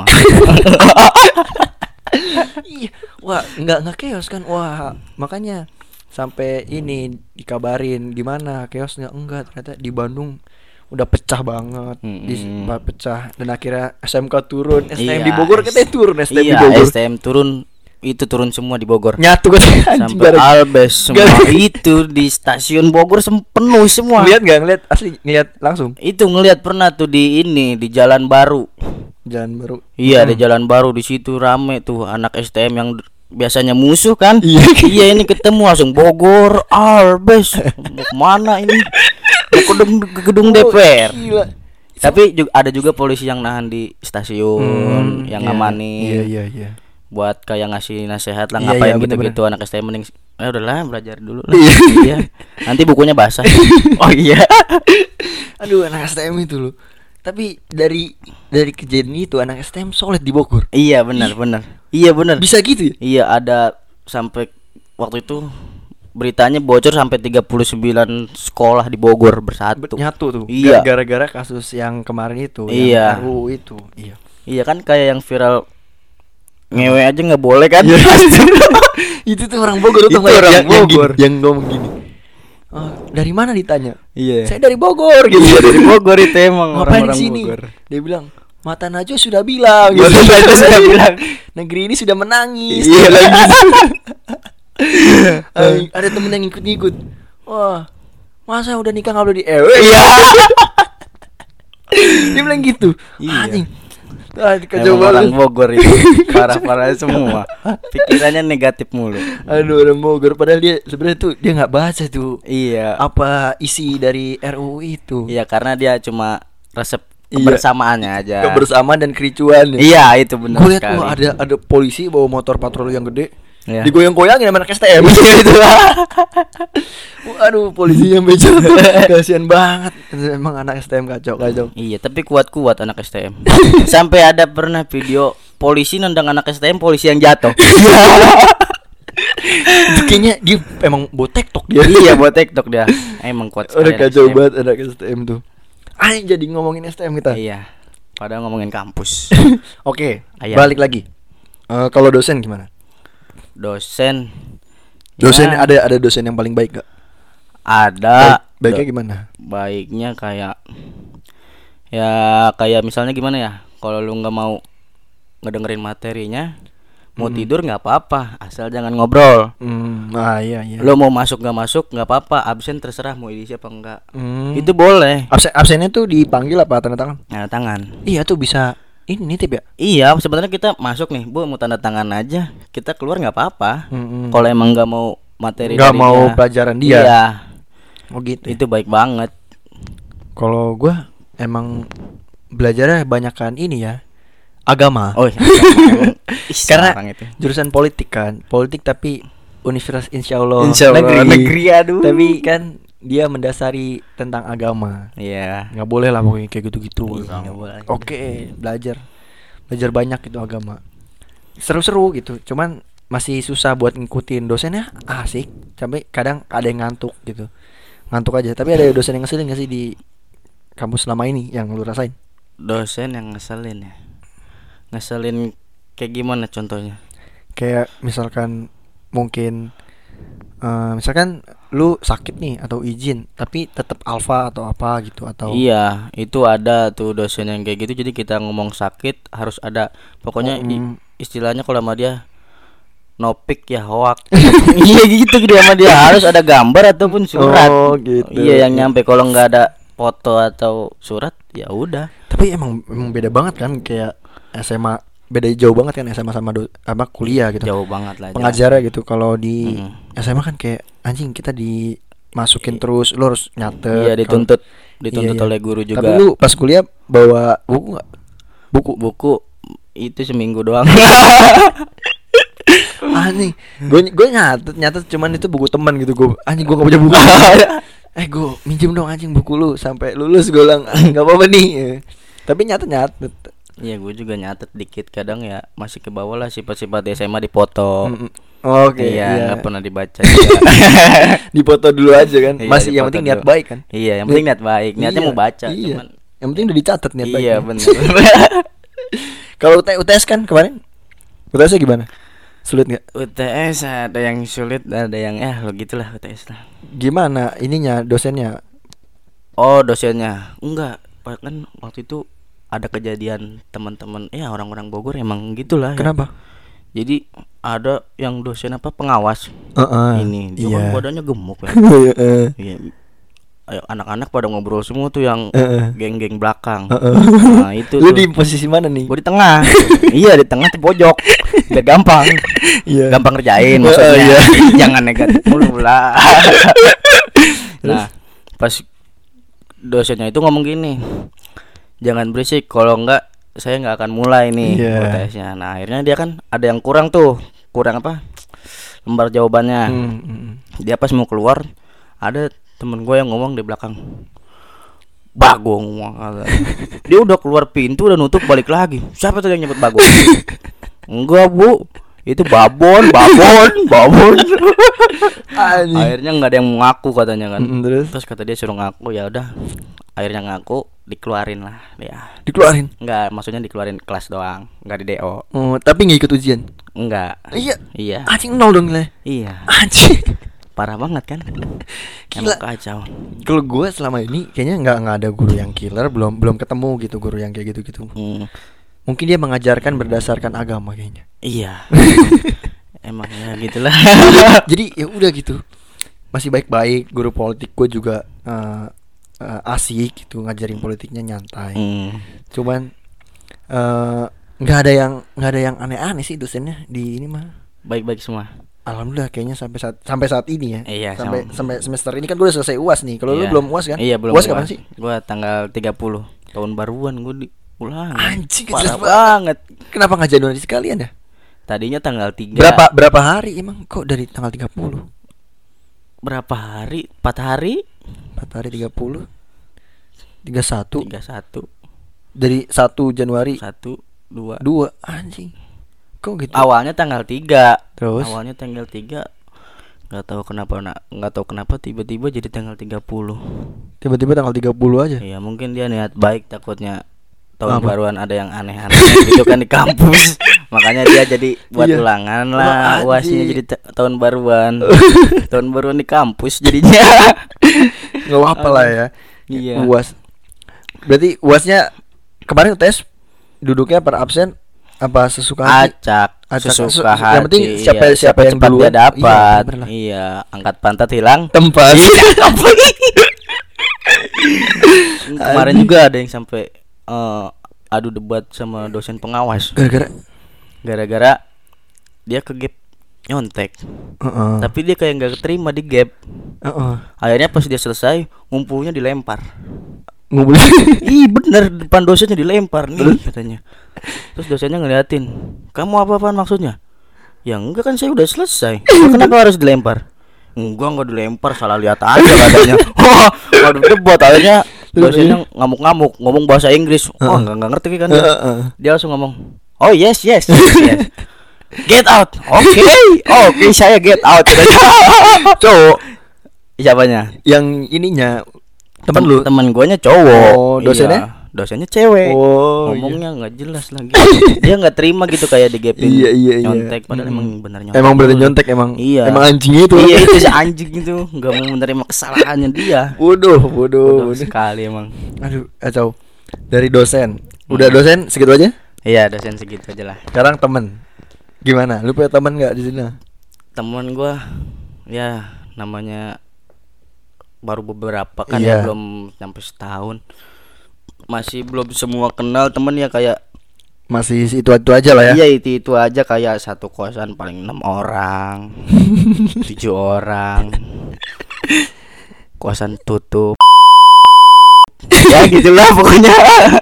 [SPEAKER 1] Iya, wah nggak chaos kan? Wah, makanya sampai ini dikabarin gimana chaosnya, enggak, ternyata di Bandung udah pecah banget. Pecah dan akhirnya SMK turun, STM di Bogor katanya turun, STM di Bogor.
[SPEAKER 2] STM turun. Itu turun semua di Bogor.
[SPEAKER 1] Nyatu kan
[SPEAKER 2] sampai Albes semua. Itu di stasiun Bogor penuh semua.
[SPEAKER 1] Ngeliat asli, ngeliat langsung.
[SPEAKER 2] Itu ngeliat pernah tuh di Jalan Baru.
[SPEAKER 1] Jalan Baru.
[SPEAKER 2] Iya, di Jalan Baru, di situ rame tuh anak STM yang biasanya musuh kan. Iya, ini ketemu langsung Bogor, Albes. Mau kemana ini? Ke gedung DPR.
[SPEAKER 1] Gila.
[SPEAKER 2] Tapi ada juga polisi yang nahan di stasiun, yang ngamanin.
[SPEAKER 1] Iya.
[SPEAKER 2] Buat kayak ngasih nasihat lah, ngapain gitu-gitu anak STM, mending udahlah belajar dulu lah. Iya. Nanti bukunya basah. Oh iya.
[SPEAKER 1] Aduh, anak STM itu loh. Tapi dari kejadian itu anak STM solid di Bogor.
[SPEAKER 2] Iya benar. Iya benar.
[SPEAKER 1] Bisa gitu ya?
[SPEAKER 2] Iya, ada sampai waktu itu beritanya bocor sampai 39 sekolah di Bogor bersatu.
[SPEAKER 1] Nyatu tuh.
[SPEAKER 2] Iya.
[SPEAKER 1] Gara-gara kasus yang kemarin itu,
[SPEAKER 2] yang
[SPEAKER 1] RUU itu. Iya.
[SPEAKER 2] Iya kan, kayak yang viral ngewe aja nggak boleh kan?
[SPEAKER 1] Itu tuh orang Bogor tuh,
[SPEAKER 2] orang Bogor
[SPEAKER 1] yang ngomong gini. Oh, dari mana ditanya?
[SPEAKER 2] Iya.
[SPEAKER 1] Saya dari Bogor gitu.
[SPEAKER 2] Iya, dari Bogor itu emang
[SPEAKER 1] orang-orang sini. Bogor. Dia bilang, Mata Najwa sudah bilang gitu.
[SPEAKER 2] sudah bilang
[SPEAKER 1] negeri ini sudah menangis.
[SPEAKER 2] Iya lagi.
[SPEAKER 1] Ada temen yang ikut-ikut. Wah, masa udah nikah nggak boleh di
[SPEAKER 2] Iya.
[SPEAKER 1] Dia bilang gitu. Anjing.
[SPEAKER 2] Coba orang Bogor itu parah-parah semua. Pikirannya negatif mulu.
[SPEAKER 1] Aduh, orang Bogor, padahal dia sebenarnya tuh dia nggak baca tuh.
[SPEAKER 2] Iya.
[SPEAKER 1] Apa isi dari RUU itu?
[SPEAKER 2] Iya, karena dia cuma resep kebersamaannya aja.
[SPEAKER 1] Kebersamaan dan kericuan.
[SPEAKER 2] Iya, itu benar sekali.
[SPEAKER 1] Gue lihat ada polisi bawa motor patroli yang gede.
[SPEAKER 2] Ya.
[SPEAKER 1] Digoyang-goyangin sama anak STM. Gitu. Aduh, polisinya beca tuh. Kasian banget. Emang anak STM kacau.
[SPEAKER 2] Iya, tapi kuat-kuat anak STM. Sampai ada pernah video polisi nendang anak STM, polisi yang jatuh.
[SPEAKER 1] Kayaknya dia emang buat TikTok dia.
[SPEAKER 2] Iya, buat TikTok dia. Emang kuat sekali.
[SPEAKER 1] Udah kacau banget anak STM tuh. Jadi ngomongin STM kita.
[SPEAKER 2] Iya. Padahal ngomongin kampus.
[SPEAKER 1] Oke, balik lagi. Kalau dosen gimana?
[SPEAKER 2] Dosen
[SPEAKER 1] ya. Ada dosen yang paling baik gak?
[SPEAKER 2] Ada.
[SPEAKER 1] Baiknya gimana?
[SPEAKER 2] Baiknya kayak misalnya gimana ya, kalau lu nggak mau ngedengerin materinya, mau tidur nggak apa-apa, asal jangan ngobrol.
[SPEAKER 1] Iya.
[SPEAKER 2] Lu mau masuk nggak apa-apa, absen terserah mau isi apa enggak. Itu boleh.
[SPEAKER 1] Absennya tuh dipanggil apa tanda tangan?
[SPEAKER 2] Tanda tangan.
[SPEAKER 1] Iya tuh bisa. Ini nitip ya?
[SPEAKER 2] Iya, sebenarnya kita masuk nih, Bu, mau tanda tangan aja. Kita keluar nggak apa-apa. Kalau emang nggak mau materi
[SPEAKER 1] nggak
[SPEAKER 2] dari
[SPEAKER 1] mau
[SPEAKER 2] dia.
[SPEAKER 1] pelajaran dia.
[SPEAKER 2] Iya.
[SPEAKER 1] Oh gitu.
[SPEAKER 2] Itu baik banget.
[SPEAKER 1] Kalau gua emang belajarnya banyakan ini ya, agama.
[SPEAKER 2] Oh iya.
[SPEAKER 1] Karena
[SPEAKER 2] itu.
[SPEAKER 1] jurusan politik kan, politik tapi universitas insya Allah
[SPEAKER 2] negeri aduh.
[SPEAKER 1] Tapi kan dia mendasari tentang agama.
[SPEAKER 2] Iya.
[SPEAKER 1] Nggak boleh lah pokoknya kayak gitu-gitu.
[SPEAKER 2] Iya, nggak boleh.
[SPEAKER 1] Oke, belajar banyak itu agama. Seru-seru gitu. Cuman masih susah buat ngikutin, dosennya asik, sampai kadang ada yang ngantuk gitu. Ngantuk aja. Tapi ada dosen yang ngeselin gak sih di kampus selama ini yang lu rasain?
[SPEAKER 2] Dosen yang ngeselin ya. Ngeselin kayak gimana contohnya?
[SPEAKER 1] Kayak misalkan mungkin misalkan lu sakit nih atau izin tapi tetap alfa atau apa gitu atau
[SPEAKER 2] Iya, itu ada tuh dosen yang kayak gitu. Jadi kita ngomong sakit harus ada pokoknya istilahnya kalau sama dia nopik ya hoak. Iya gitu dia sama dia harus ada gambar ataupun surat.
[SPEAKER 1] Oh gitu.
[SPEAKER 2] Iya yang nyampe, kalau nggak ada foto atau surat ya udah.
[SPEAKER 1] Tapi emang beda banget kan, kayak SMA beda jauh banget kan SMA sama apa kuliah gitu.
[SPEAKER 2] Jauh banget lah.
[SPEAKER 1] Pengajarnya gitu. Kalau di SMA kan kayak anjing kita dimasukin terus, lu harus nyatet.
[SPEAKER 2] Iya dituntut
[SPEAKER 1] Iya.
[SPEAKER 2] oleh guru juga.
[SPEAKER 1] Tapi lu pas kuliah bawa buku nggak?
[SPEAKER 2] Buku itu seminggu doang.
[SPEAKER 1] Anjing, gue nyatet cuman itu buku teman gitu. Gue anjing, gue nggak punya buku. Gue minjem dong anjing buku lu sampai lulus. Gue bilang nggak apa-apa nih. Tapi nyatet.
[SPEAKER 2] Iya, gue juga nyatet dikit, kadang ya masih ke bawah lah sifat-sifat SMA dipoto.
[SPEAKER 1] Oke,
[SPEAKER 2] iya, nggak pernah dibaca.
[SPEAKER 1] Dipoto dulu aja kan.
[SPEAKER 2] Iya,
[SPEAKER 1] Masih yang
[SPEAKER 2] dipoto
[SPEAKER 1] penting niat
[SPEAKER 2] dulu.
[SPEAKER 1] baik kan.
[SPEAKER 2] Iya, yang penting niat baik. Niatnya
[SPEAKER 1] Iya,
[SPEAKER 2] mau baca,
[SPEAKER 1] iya.
[SPEAKER 2] cuman
[SPEAKER 1] Yang penting udah dicatat niat baik.
[SPEAKER 2] iya benar.
[SPEAKER 1] Kalau UTS kan kemarin, UTS-nya gimana? Sulit nggak?
[SPEAKER 2] UTS ada yang sulit, ada yang lo gitulah UTS lah.
[SPEAKER 1] Gimana ininya dosennya?
[SPEAKER 2] Oh, dosennya enggak, kan waktu itu ada kejadian teman-teman orang-orang Bogor emang gitulah ya.
[SPEAKER 1] Kenapa?
[SPEAKER 2] Jadi ada yang dosen apa pengawas. Ini dia kan badannya gemuk ya. Iya. Ayo anak-anak pada ngobrol semua tuh yang geng-geng belakang. Nah, itu
[SPEAKER 1] Lu
[SPEAKER 2] tuh.
[SPEAKER 1] di posisi mana nih?
[SPEAKER 2] Gue di tengah. Iya, di tengah tuh pojok. Biar gampang.
[SPEAKER 1] Iya.
[SPEAKER 2] Gampang ngerjain maksudnya.
[SPEAKER 1] Iya.
[SPEAKER 2] Jangan negatif mulu lah. Nah, pas dosennya itu ngomong gini, jangan berisik, kalau enggak saya nggak akan mulai nih UTS-nya. Nah akhirnya dia kan ada yang kurang apa lembar jawabannya. Dia pas mau keluar ada temen gue yang ngomong di belakang, Bagong. Dia udah keluar pintu udah nutup balik lagi. Siapa tuh yang nyebut Bagong? Enggak bu, itu babon. Akhirnya nggak ada yang mengaku katanya kan. Terus kata dia suruh ngaku, ya udah. Akhirnya ngaku, dikeluarin lah ya.
[SPEAKER 1] Dikeluarin?
[SPEAKER 2] Enggak, maksudnya dikeluarin kelas doang, enggak di DO.
[SPEAKER 1] Oh, tapi nggak ikut ujian?
[SPEAKER 2] Enggak.
[SPEAKER 1] Iya. Anjing 0 dong lah.
[SPEAKER 2] Iya.
[SPEAKER 1] Anjing.
[SPEAKER 2] Parah banget kan?
[SPEAKER 1] Gila.
[SPEAKER 2] Emang kacau.
[SPEAKER 1] Kalau gue selama ini kayaknya nggak ada guru yang killer, belum ketemu gitu guru yang kayak gitu. Mungkin dia mengajarkan berdasarkan agama kayaknya.
[SPEAKER 2] Iya. Emang ya gitulah.
[SPEAKER 1] Jadi ya udah gitu. Masih baik-baik. Guru politik gue juga asik gitu, ngajarin politiknya nyantai. Cuman nggak ada yang aneh-aneh sih dosennya di ini mah.
[SPEAKER 2] Baik-baik semua.
[SPEAKER 1] Alhamdulillah kayaknya sampai saat ini ya.
[SPEAKER 2] Iya,
[SPEAKER 1] sampai semester ini kan gue udah selesai UAS nih. Kalau lu belum UAS kan?
[SPEAKER 2] Iya, belum.
[SPEAKER 1] UAS kapan sih?
[SPEAKER 2] Gue tanggal 30 tahun baruan gue ulang.
[SPEAKER 1] Anjing,
[SPEAKER 2] parah banget.
[SPEAKER 1] Kenapa nggak Januari sekalian ya?
[SPEAKER 2] Tadinya tanggal 3.
[SPEAKER 1] Berapa hari emang kok dari tanggal 30?
[SPEAKER 2] Berapa hari? 4 hari?
[SPEAKER 1] 4 hari 30. 31. Dari 1 Januari
[SPEAKER 2] 1 2
[SPEAKER 1] anjing. Kok gitu?
[SPEAKER 2] Awalnya tanggal 3.
[SPEAKER 1] Terus?
[SPEAKER 2] Awalnya tanggal 3. Enggak tahu kenapa tiba-tiba jadi tanggal 30.
[SPEAKER 1] Tiba-tiba tanggal 30 aja.
[SPEAKER 2] Iya, mungkin dia niat baik, takutnya tahun baruan ada yang aneh-aneh gitu kan di kampus. Makanya dia jadi buat ulangan lah, UASnya jadi tahun baruan. Tahun baruan di kampus jadinya.
[SPEAKER 1] Enggak apa lah ya.
[SPEAKER 2] Iya.
[SPEAKER 1] UAS. Berarti UASnya kemarin tes duduknya per absen apa sesuka hati?
[SPEAKER 2] Sesuka hati.
[SPEAKER 1] Yang penting siapa yang
[SPEAKER 2] cepat
[SPEAKER 1] duluan
[SPEAKER 2] dia dapat.
[SPEAKER 1] Iya,
[SPEAKER 2] angkat pantat hilang
[SPEAKER 1] tempat.
[SPEAKER 2] Kemarin juga ada yang sampai adu debat sama dosen pengawas.
[SPEAKER 1] Gara-gara
[SPEAKER 2] Gara-gara dia ke gap nyontek. Tapi dia kayak nggak keterima di gap. Akhirnya pas dia selesai ngumpulnya dilempar.
[SPEAKER 1] Ngumpul.
[SPEAKER 2] Ih bener, depan dosennya dilempar nih katanya. Terus dosennya ngeliatin, kamu apa-apaan maksudnya? Ya enggak kan saya udah selesai. Kenapa harus dilempar? Enggak dilempar, salah lihat aja katanya. Wah, waduh debat. Akhirnya dosennya ngamuk-ngamuk, ngomong bahasa Inggris. Oh enggak ngerti kan dia. Dia langsung ngomong, oh yes. Get out. Oke, saya get out.
[SPEAKER 1] Cowok.
[SPEAKER 2] Siapanya?
[SPEAKER 1] Yang ininya temen lu.
[SPEAKER 2] Temen guanya cowok.
[SPEAKER 1] Oh, dosennya?
[SPEAKER 2] Iya, dosennya cewek.
[SPEAKER 1] Oh,
[SPEAKER 2] ngomongnya nggak jelas lagi. Dia nggak terima gitu kayak digepin.
[SPEAKER 1] Iya.
[SPEAKER 2] Nyontek padahal emang benar nyontek.
[SPEAKER 1] Emang bener nyontek emang.
[SPEAKER 2] Iya.
[SPEAKER 1] Emang anjing itu.
[SPEAKER 2] Iya itu si anjing itu nggak mau menerima kesalahannya dia.
[SPEAKER 1] Bodoh
[SPEAKER 2] Sekali emang.
[SPEAKER 1] Aduh, kacau. Dari dosen. Udah dosen segitu aja?
[SPEAKER 2] Iya, dosen segitu aja lah.
[SPEAKER 1] Sekarang temen. Gimana? Lu punya teman nggak di sini?
[SPEAKER 2] Temen gua ya namanya baru beberapa kan
[SPEAKER 1] Iya.
[SPEAKER 2] ya, belum sampai setahun. Masih belum semua kenal temen ya, kayak
[SPEAKER 1] Masih itu aja lah ya.
[SPEAKER 2] iya itu aja, kayak satu kosan paling 6 orang 7 orang, kosan tutup ya gitulah pokoknya.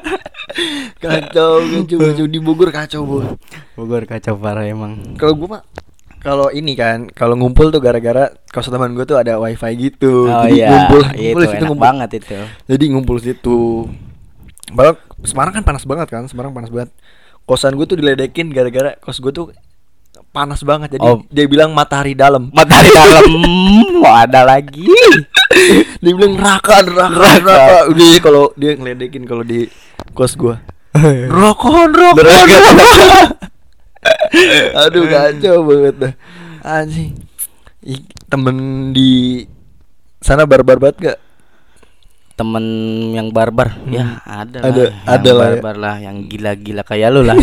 [SPEAKER 1] Kacau di Bogor kacau, Bu.
[SPEAKER 2] Bogor kacau parah emang.
[SPEAKER 1] Kalau gua mah ini kan, kalau ngumpul tuh gara-gara kos teman gue tuh ada wifi gitu.
[SPEAKER 2] Oh
[SPEAKER 1] jadi
[SPEAKER 2] iya,
[SPEAKER 1] ngumpul
[SPEAKER 2] itu
[SPEAKER 1] di situ,
[SPEAKER 2] enak banget itu.
[SPEAKER 1] Jadi ngumpul situ. Padahal Semarang kan panas banget kan, Kosan gue tuh diledekin gara-gara kos gue tuh panas banget. Jadi dia bilang matahari dalam.
[SPEAKER 2] Matahari dalam. Mau ada lagi.
[SPEAKER 1] Dia bilang neraka. Udah kalau dia ngeledekin kalau di kos gue. Rokok. Aduh kacau banget dah. Anjing. Temen di sana barbar banget gak?
[SPEAKER 2] Temen yang barbar ya ada
[SPEAKER 1] lah
[SPEAKER 2] barbar lah, yang gila-gila kayak lu lah.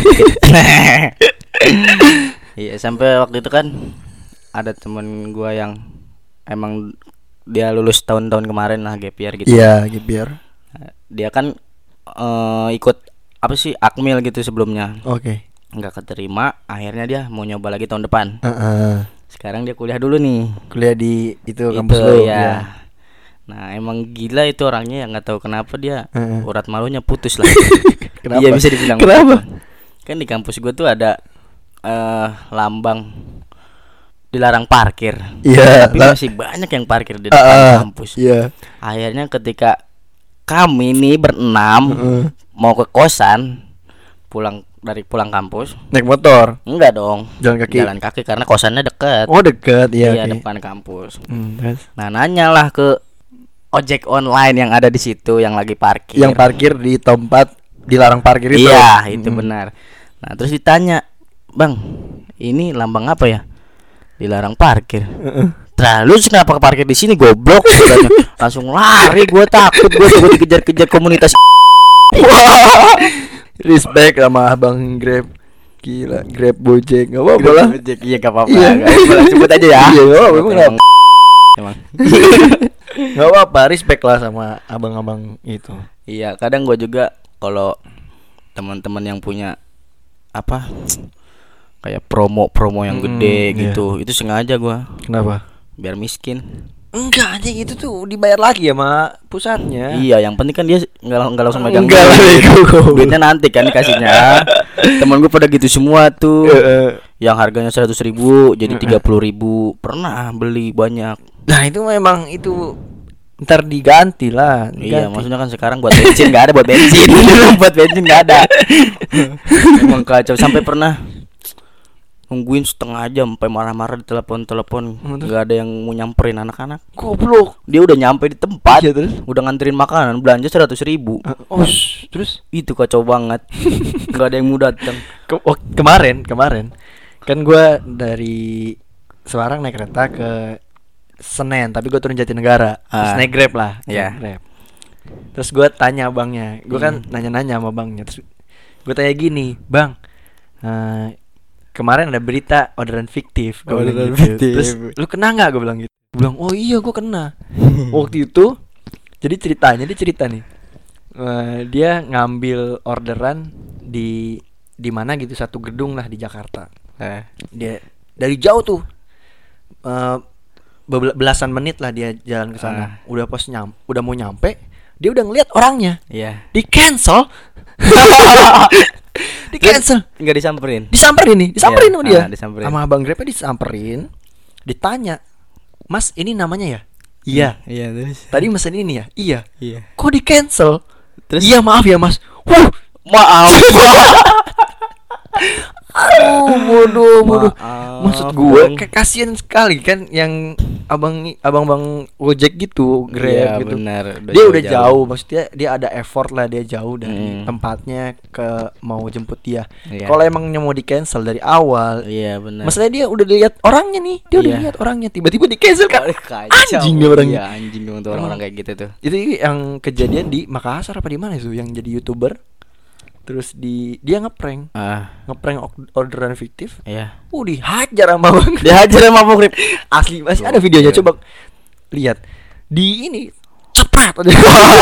[SPEAKER 2] Iya, sampai waktu itu kan ada temen gua yang emang dia lulus tahun-tahun kemarin lah, gap year gitu.
[SPEAKER 1] Iya, gap year.
[SPEAKER 2] Dia kan ikut apa sih akmil gitu sebelumnya.
[SPEAKER 1] Oke.
[SPEAKER 2] Nggak keterima, akhirnya dia mau nyoba lagi tahun depan. Sekarang dia kuliah dulu nih.
[SPEAKER 1] Kuliah di itu kampus lu
[SPEAKER 2] ya. Nah emang gila itu orangnya, yang nggak tahu kenapa dia urat malunya putus lah.
[SPEAKER 1] Kenapa?
[SPEAKER 2] Iya bisa dibilang.
[SPEAKER 1] Kenapa?
[SPEAKER 2] Kan di kampus gue tuh ada lambang dilarang parkir.
[SPEAKER 1] Iya.
[SPEAKER 2] Tapi masih banyak yang parkir di depan kampus.
[SPEAKER 1] Iya.
[SPEAKER 2] Akhirnya ketika kami nih berenam mau ke kosan, dari pulang kampus
[SPEAKER 1] naik motor?
[SPEAKER 2] Enggak dong,
[SPEAKER 1] jalan kaki
[SPEAKER 2] karena kosannya dekat.
[SPEAKER 1] Oh dekat, iya.
[SPEAKER 2] Iya, depan kampus.
[SPEAKER 1] Terus?
[SPEAKER 2] Nah nanyalah ke ojek online yang ada di situ yang lagi parkir.
[SPEAKER 1] Yang parkir di tempat dilarang parkir itu.
[SPEAKER 2] Iya, itu benar. Nah terus ditanya, bang, ini lambang apa ya? Dilarang parkir. Terus kenapa parkir di sini goblok? Langsung lari, gue takut, gue dikejar-kejar komunitas.
[SPEAKER 1] Respect sama abang Grab. Gila, Grab Gojek. Gak apa-apa lah.
[SPEAKER 2] Iya gak apa-apa. Sebut aja ya.
[SPEAKER 1] Iya,
[SPEAKER 2] emang.
[SPEAKER 1] Gak apa-apa, respect lah sama abang-abang itu.
[SPEAKER 2] Iya, kadang gue juga kalau teman-teman yang punya apa kayak promo yang gede gitu, itu sengaja gue.
[SPEAKER 1] Kenapa?
[SPEAKER 2] Biar miskin.
[SPEAKER 1] Enggak, anjing, itu tuh dibayar lagi ya sama pusatnya.
[SPEAKER 2] Iya, yang penting kan dia nggak langsung megang.
[SPEAKER 1] Duitnya
[SPEAKER 2] nanti kan dikasihnya. Temen gue pada gitu semua tuh. Yang harganya 100.000 jadi 30.000. Pernah beli banyak.
[SPEAKER 1] Nah itu memang itu ntar diganti lah.
[SPEAKER 2] Iya, maksudnya kan sekarang buat bensin nggak ada, buat bensin. Buat bensin nggak ada. Emang kacau, sampai pernah nungguin setengah jam sampai marah-marah di telepon nggak ada yang mau nyamperin anak-anak.
[SPEAKER 1] Goblok.
[SPEAKER 2] Dia udah nyampe di tempat,
[SPEAKER 1] ya, terus?
[SPEAKER 2] Udah nganterin makanan, belanja 100.000.
[SPEAKER 1] Terus
[SPEAKER 2] itu kacau banget. Nggak ada yang mau datang.
[SPEAKER 1] Kemarin kan gue dari Semarang naik kereta ke Senen, tapi gue turun Jatinegara. Terus naik Grab lah.
[SPEAKER 2] Iya.
[SPEAKER 1] Grab. Terus gue tanya abangnya, gue kan nanya-nanya sama abangnya. Terus gue tanya gini, bang, kemarin ada berita orderan fiktif.
[SPEAKER 2] Orderan fiktif.
[SPEAKER 1] Terus lu kena nggak? Gue bilang gitu. Gue bilang, oh iya gue kena. Waktu itu, jadi dia cerita nih, dia ngambil orderan di mana gitu, satu gedung lah di Jakarta. Dia dari jauh tuh. Belasan menit lah dia jalan ke sana. Udah mau nyampe, dia udah ngeliat orangnya.
[SPEAKER 2] Iya.
[SPEAKER 1] Di cancel. Di cancel.
[SPEAKER 2] Enggak disamperin.
[SPEAKER 1] Disamperin sama dia.
[SPEAKER 2] Disamperin.
[SPEAKER 1] Sama Abang Grabnya disamperin. Ditanya, "Mas, ini namanya ya?" "Iya."
[SPEAKER 2] Iya, terus.
[SPEAKER 1] "Tadi mesen ini ya?" "Iya."
[SPEAKER 2] Iya.
[SPEAKER 1] "Kok di cancel?"
[SPEAKER 2] Terus?
[SPEAKER 1] "Iya, maaf ya, Mas."
[SPEAKER 2] Maaf.
[SPEAKER 1] Bodoh.
[SPEAKER 2] Maaf,
[SPEAKER 1] Maksud gue kayak kasihan sekali kan yang abang Gojek gitu, Grab gitu.
[SPEAKER 2] Benar,
[SPEAKER 1] Dia udah jauh, maksudnya dia ada effort lah, dia jauh dari tempatnya ke mau jemput dia.
[SPEAKER 2] Iya.
[SPEAKER 1] Kalau emang mau di cancel dari awal,
[SPEAKER 2] iya benar.
[SPEAKER 1] maksudnya dia udah lihat orangnya nih, dia udah lihat orangnya, tiba-tiba di cancel kan. Anjing dia orangnya.
[SPEAKER 2] Iya, anjing untuk orang-orang kayak gitu tuh.
[SPEAKER 1] Itu yang kejadian di Makassar apa di mana itu yang jadi YouTuber. Terus dia ngeprank orderan fiktif.
[SPEAKER 2] Iya.
[SPEAKER 1] Dihajar sama Bang.
[SPEAKER 2] Dihajar sama Bang Grip.
[SPEAKER 1] Asli masih ada videonya, coba lihat. Di ini cepet aja.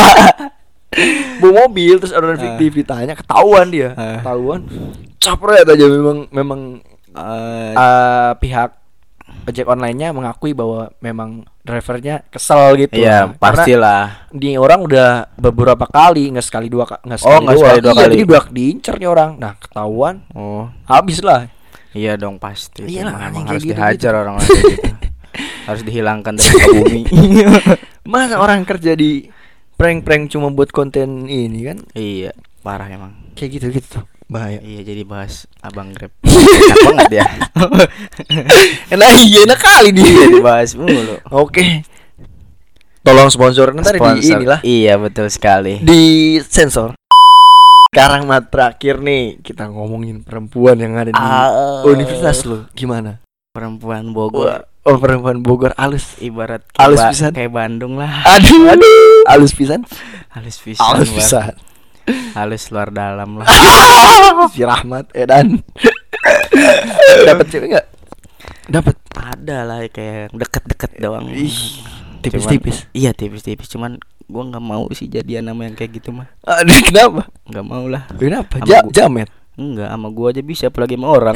[SPEAKER 1] Bawa mobil terus orderan fiktif ditanya, ketahuan dia. Ketahuan. Cepet aja memang pihak ojek online-nya mengakui bahwa memang drivernya kesel gitu.
[SPEAKER 2] Iya, pastilah.
[SPEAKER 1] Di orang udah beberapa kali, nggak sekali dua kali.
[SPEAKER 2] Nggak sekali dua kali.
[SPEAKER 1] Jadi udah diincer nih orang. Nah, ketahuan. Habis lah.
[SPEAKER 2] Iya dong, pasti.
[SPEAKER 1] Iya lah,
[SPEAKER 2] memang harus
[SPEAKER 1] gitu,
[SPEAKER 2] dihajar orang-orang kayak gitu. Harus dihilangkan dari muka bumi.
[SPEAKER 1] Masa orang kerja di prank-prank cuma buat konten ini kan?
[SPEAKER 2] Iya, parah emang.
[SPEAKER 1] Kayak gitu tuh. Bahaya.
[SPEAKER 2] Iya, jadi bahas Abang Grab. Enak banget ya.
[SPEAKER 1] Enak kali dia
[SPEAKER 2] dibahas mulu.
[SPEAKER 1] Oke. Tolong sponsor nanti di inilah.
[SPEAKER 2] Iya, betul sekali.
[SPEAKER 1] Di sensor. Sekarang terakhir nih kita ngomongin perempuan yang ada di universitas lo. Gimana?
[SPEAKER 2] Perempuan Bogor.
[SPEAKER 1] Perempuan Bogor alus.
[SPEAKER 2] Ibarat
[SPEAKER 1] alus pisan.
[SPEAKER 2] Kayak Bandung lah.
[SPEAKER 1] Aduh. Alus pisan.
[SPEAKER 2] Alus pisan. Halus luar dalam lah.
[SPEAKER 1] Si Rahmat Edan. Dapat cewek enggak? Dapat.
[SPEAKER 2] Ada lah kayak deket-deket doang.
[SPEAKER 1] Tipis-tipis.
[SPEAKER 2] Iya, tipis-tipis. Cuman gua enggak mau sih jadian sama yang kayak gitu mah.
[SPEAKER 1] Aduh, kenapa?
[SPEAKER 2] Enggak mau lah.
[SPEAKER 1] Kenapa? Jamet.
[SPEAKER 2] Enggak, sama gua aja bisa apalagi sama orang.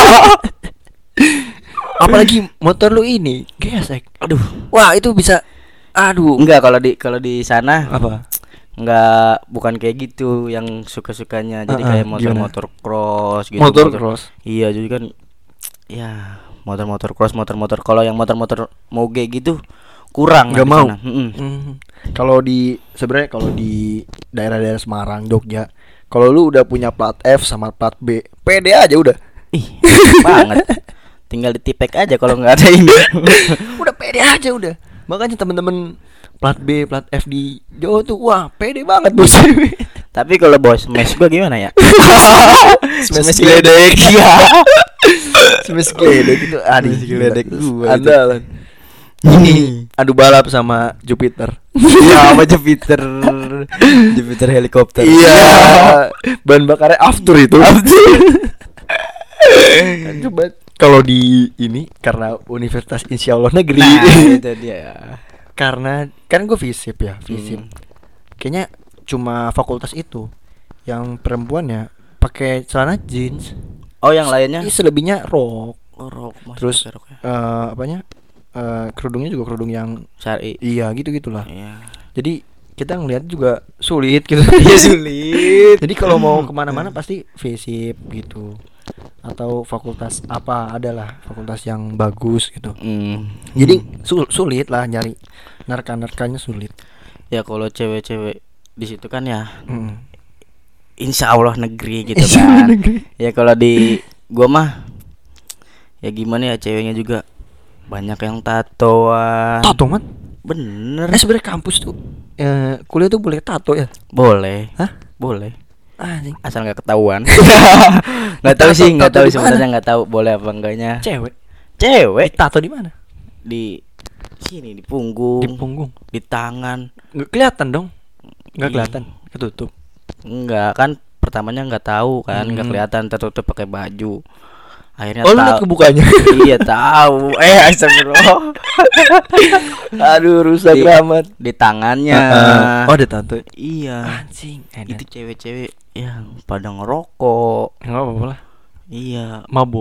[SPEAKER 1] Apalagi motor lu ini gesek.
[SPEAKER 2] Aduh.
[SPEAKER 1] Wah, itu bisa. Aduh.
[SPEAKER 2] Enggak, kalau di sana
[SPEAKER 1] apa?
[SPEAKER 2] Enggak, bukan kayak gitu yang suka-sukanya. Jadi kayak motor cross gitu.
[SPEAKER 1] Motor cross.
[SPEAKER 2] Iya, jadi kan ya motor cross, motor kalau yang motor moge gitu kurang.
[SPEAKER 1] Enggak mau. Kalau sebenarnya kalau di daerah-daerah Semarang, Jogja, kalau lu udah punya plat F sama plat B, pede aja udah.
[SPEAKER 2] Ih, banget. Tinggal ditipek aja kalau nggak ada ini.
[SPEAKER 1] Udah pede aja udah. Makanya temen-temen plat B, plat F di Jawa tuh wah pede banget bos.
[SPEAKER 2] Tapi kalau bos smash gua gimana ya?
[SPEAKER 1] Smash geledek.
[SPEAKER 2] Iya.
[SPEAKER 1] Smash geledek itu
[SPEAKER 2] Smash geledek gua.
[SPEAKER 1] Andalan. Ini adu balap sama Jupiter.
[SPEAKER 2] Iya, sama Jupiter. Jupiter helikopter.
[SPEAKER 1] Iya. Bahan bakarnya after itu. Coba kalau di ini karena Universitas Insya Allah Negeri.
[SPEAKER 2] Itu dia.
[SPEAKER 1] Karena kan gue FISIP ya, FISIP. Kayaknya cuma fakultas itu yang perempuannya pakai celana jeans.
[SPEAKER 2] Oh, yang lainnya?
[SPEAKER 1] Selebihnya rok. Terus apanya? Kerudungnya juga kerudung yang
[SPEAKER 2] syar'i.
[SPEAKER 1] Iya, gitu-gitulah.
[SPEAKER 2] Iya.
[SPEAKER 1] Jadi kita ngelihat juga sulit gitu.
[SPEAKER 2] Iya, sulit.
[SPEAKER 1] Jadi kalau mau kemana-mana pasti FISIP gitu. Atau fakultas apa adalah fakultas yang bagus gitu. Jadi sulit lah nyari narka-narkanya sulit.
[SPEAKER 2] Ya kalau cewek-cewek di situ kan ya Insya Allah negeri gitu kan. Ya kalau di gua mah ya gimana ya, ceweknya juga banyak yang tatoan.
[SPEAKER 1] Tato man?
[SPEAKER 2] Bener.
[SPEAKER 1] Sebenarnya kampus tuh kuliah tuh boleh tato ya?
[SPEAKER 2] Boleh.
[SPEAKER 1] Hah?
[SPEAKER 2] Boleh.
[SPEAKER 1] Asal
[SPEAKER 2] nggak ketahuan. Nggak tahu sih, nggak tahu sebenarnya, nggak tahu boleh apa enggaknya. Cewek
[SPEAKER 1] tato di mana?
[SPEAKER 2] Di sini, di punggung. Di tangan.
[SPEAKER 1] Nggak kelihatan dong. Nggak kelihatan, ketutup.
[SPEAKER 2] Enggak, kan pertamanya nggak tahu kan, nggak kelihatan, tertutup pakai baju. Akhirnya
[SPEAKER 1] lihat kebukanya.
[SPEAKER 2] Iya, tahu. Astagfirullah.
[SPEAKER 1] Aduh, rusak amat.
[SPEAKER 2] Di tangannya.
[SPEAKER 1] Oh, ada tato.
[SPEAKER 2] Iya.
[SPEAKER 1] Anjing.
[SPEAKER 2] Itu cewek-cewek yang pada ngerokok.
[SPEAKER 1] Enggak apa-apa lah.
[SPEAKER 2] Iya,
[SPEAKER 1] mabok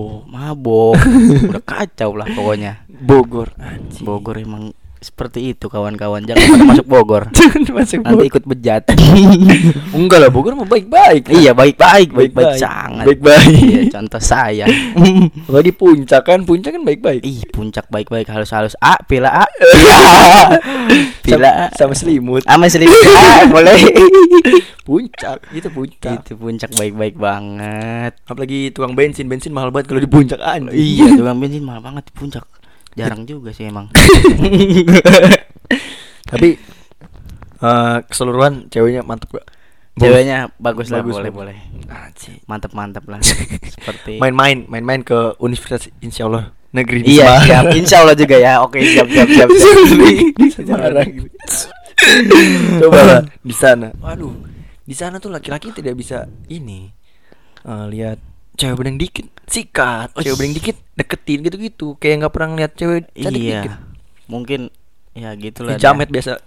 [SPEAKER 2] mabok. Udah kacau lah pokoknya.
[SPEAKER 1] Bogor anjing.
[SPEAKER 2] Bogor emang seperti itu kawan-kawan. Jangan pada masuk Bogor.
[SPEAKER 1] Masuk
[SPEAKER 2] Nanti ikut bejat.
[SPEAKER 1] Enggak lah, Bogor mah baik-baik.
[SPEAKER 2] Iya, baik-baik sangat.
[SPEAKER 1] Baik-baik.
[SPEAKER 2] Iya, contoh saya.
[SPEAKER 1] Lagi puncak kan baik-baik.
[SPEAKER 2] Ih, puncak baik-baik halus-halus. Pila A.
[SPEAKER 1] Pila
[SPEAKER 2] A
[SPEAKER 1] sama selimut.
[SPEAKER 2] sama selimut. Boleh.
[SPEAKER 1] Puncak, itu puncak.
[SPEAKER 2] Itu puncak baik-baik banget.
[SPEAKER 1] Apalagi tukang bensin mahal banget kalau di puncak anjing.
[SPEAKER 2] Iya, tukang bensin mahal banget di puncak. Jarang juga sih emang.
[SPEAKER 1] Tapi keseluruhan ceweknya mantep gak?
[SPEAKER 2] Ceweknya bagus lah,
[SPEAKER 1] Bagus.
[SPEAKER 2] boleh. Mantap lah. Seperti
[SPEAKER 1] main ke universitas insyaallah negeri di
[SPEAKER 2] iya,
[SPEAKER 1] Semarang.
[SPEAKER 2] siap. Insyaallah juga ya. Oke, siap.
[SPEAKER 1] Di Semarang. Coba lah di sana. Waduh, di sana tuh laki-laki tidak bisa ini lihat cewek bening dikit sikat, cewek bening dikit deketin gitu-gitu, kayak nggak pernah ngeliat cewek cantik dikit.
[SPEAKER 2] Mungkin ya gitulah.
[SPEAKER 1] Jamet biasa.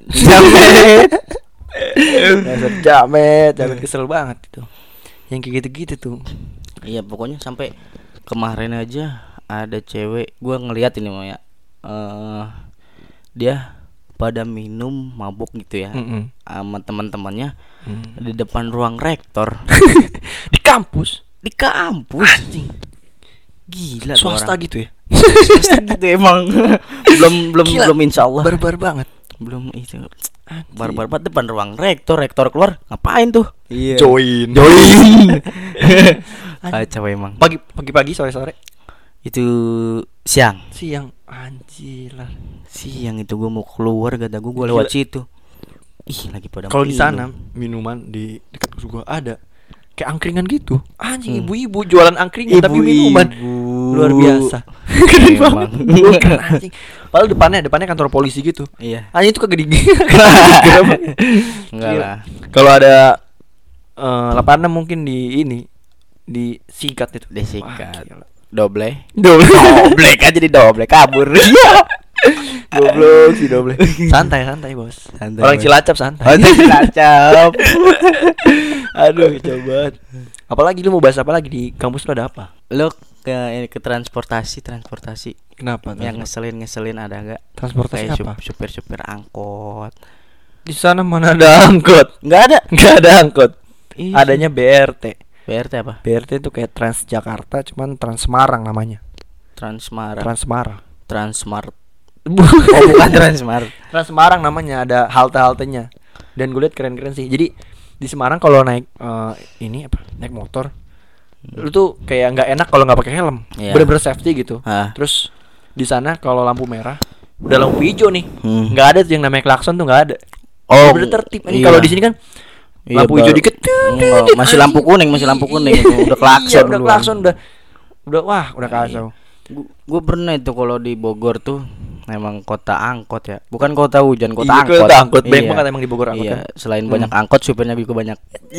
[SPEAKER 1] Jamet kesel banget itu. Yang kayak gitu-gitu tuh.
[SPEAKER 2] Iya, pokoknya sampai kemarin aja ada cewek, gua ngeliat ini mah ya. Dia pada minum mabuk gitu ya. Sama teman-temannya di depan ruang rektor.
[SPEAKER 1] Di kampus.
[SPEAKER 2] Gila,
[SPEAKER 1] swasta gitu ya.
[SPEAKER 2] Swasta gitu emang. belum insyaallah.
[SPEAKER 1] Barbar banget.
[SPEAKER 2] Belum itu. Barbar banget depan ruang rektor keluar ngapain tuh?
[SPEAKER 1] Iya. Join.
[SPEAKER 2] Kacau emang.
[SPEAKER 1] Pagi-pagi sore-sore.
[SPEAKER 2] Itu siang
[SPEAKER 1] anjir lah.
[SPEAKER 2] Siang itu gua mau keluar, kata gua lewat situ. Ih, lagi pada
[SPEAKER 1] kalau di sana minuman di dekat kampus gua ada kayak angkringan gitu. Anjing, ibu-ibu jualan angkringan tapi minuman. Luar biasa. Keren banget. Keren anjing. Padahal depannya kantor polisi gitu.
[SPEAKER 2] Iya.
[SPEAKER 1] Anjing itu kagak
[SPEAKER 2] Enggak lah.
[SPEAKER 1] Kalau ada 86 mungkin di sikat itu.
[SPEAKER 2] Disikat.
[SPEAKER 1] Wah,
[SPEAKER 2] Doble
[SPEAKER 1] aja di doble kabur. Goblok sih doble. Santai bos. Orang
[SPEAKER 2] bos.
[SPEAKER 1] Cilacap santai.
[SPEAKER 2] Cilacap.
[SPEAKER 1] Aduh, coba. Apalagi lu mau bahas apa lagi di kampus lu, ada apa?
[SPEAKER 2] Lu ke transportasi.
[SPEAKER 1] Kenapa?
[SPEAKER 2] Yang ngeselin ada enggak?
[SPEAKER 1] Transportasi
[SPEAKER 2] kayak
[SPEAKER 1] apa?
[SPEAKER 2] Supir angkot.
[SPEAKER 1] Di sana mana ada angkot?
[SPEAKER 2] Enggak ada
[SPEAKER 1] angkot.
[SPEAKER 2] Ih.
[SPEAKER 1] Adanya BRT.
[SPEAKER 2] BRT apa?
[SPEAKER 1] BRT itu kayak Transjakarta, cuman Trans Semarang namanya.
[SPEAKER 2] Transmart.
[SPEAKER 1] Oh,
[SPEAKER 2] bukan Transmart.
[SPEAKER 1] Trans Semarang namanya, ada halte-haltenya. Dan gue liat keren-keren sih. Jadi di Semarang kalau naik naik motor, lu tuh kayak nggak enak kalau nggak pakai helm.
[SPEAKER 2] Yeah.
[SPEAKER 1] Bener-bener safety gitu. Terus di sana kalau lampu merah, udah lampu hijau nih, nggak ada tuh yang namanya klakson tuh, nggak ada.
[SPEAKER 2] Oh,
[SPEAKER 1] bener tertib.
[SPEAKER 2] Iya.
[SPEAKER 1] Kalau di sini kan lampu hijau dikit,
[SPEAKER 2] masih lampu kuning udah klakson.
[SPEAKER 1] Udah klakson, udah kacau.
[SPEAKER 2] Gue pernah itu kalau di Bogor tuh memang kota angkot ya, bukan kota hujan, kota angkot.
[SPEAKER 1] Kota angkot banyak banget emang di Bogor angkot.
[SPEAKER 2] Iya, kan? Selain banyak angkot, supirnya juga banyak.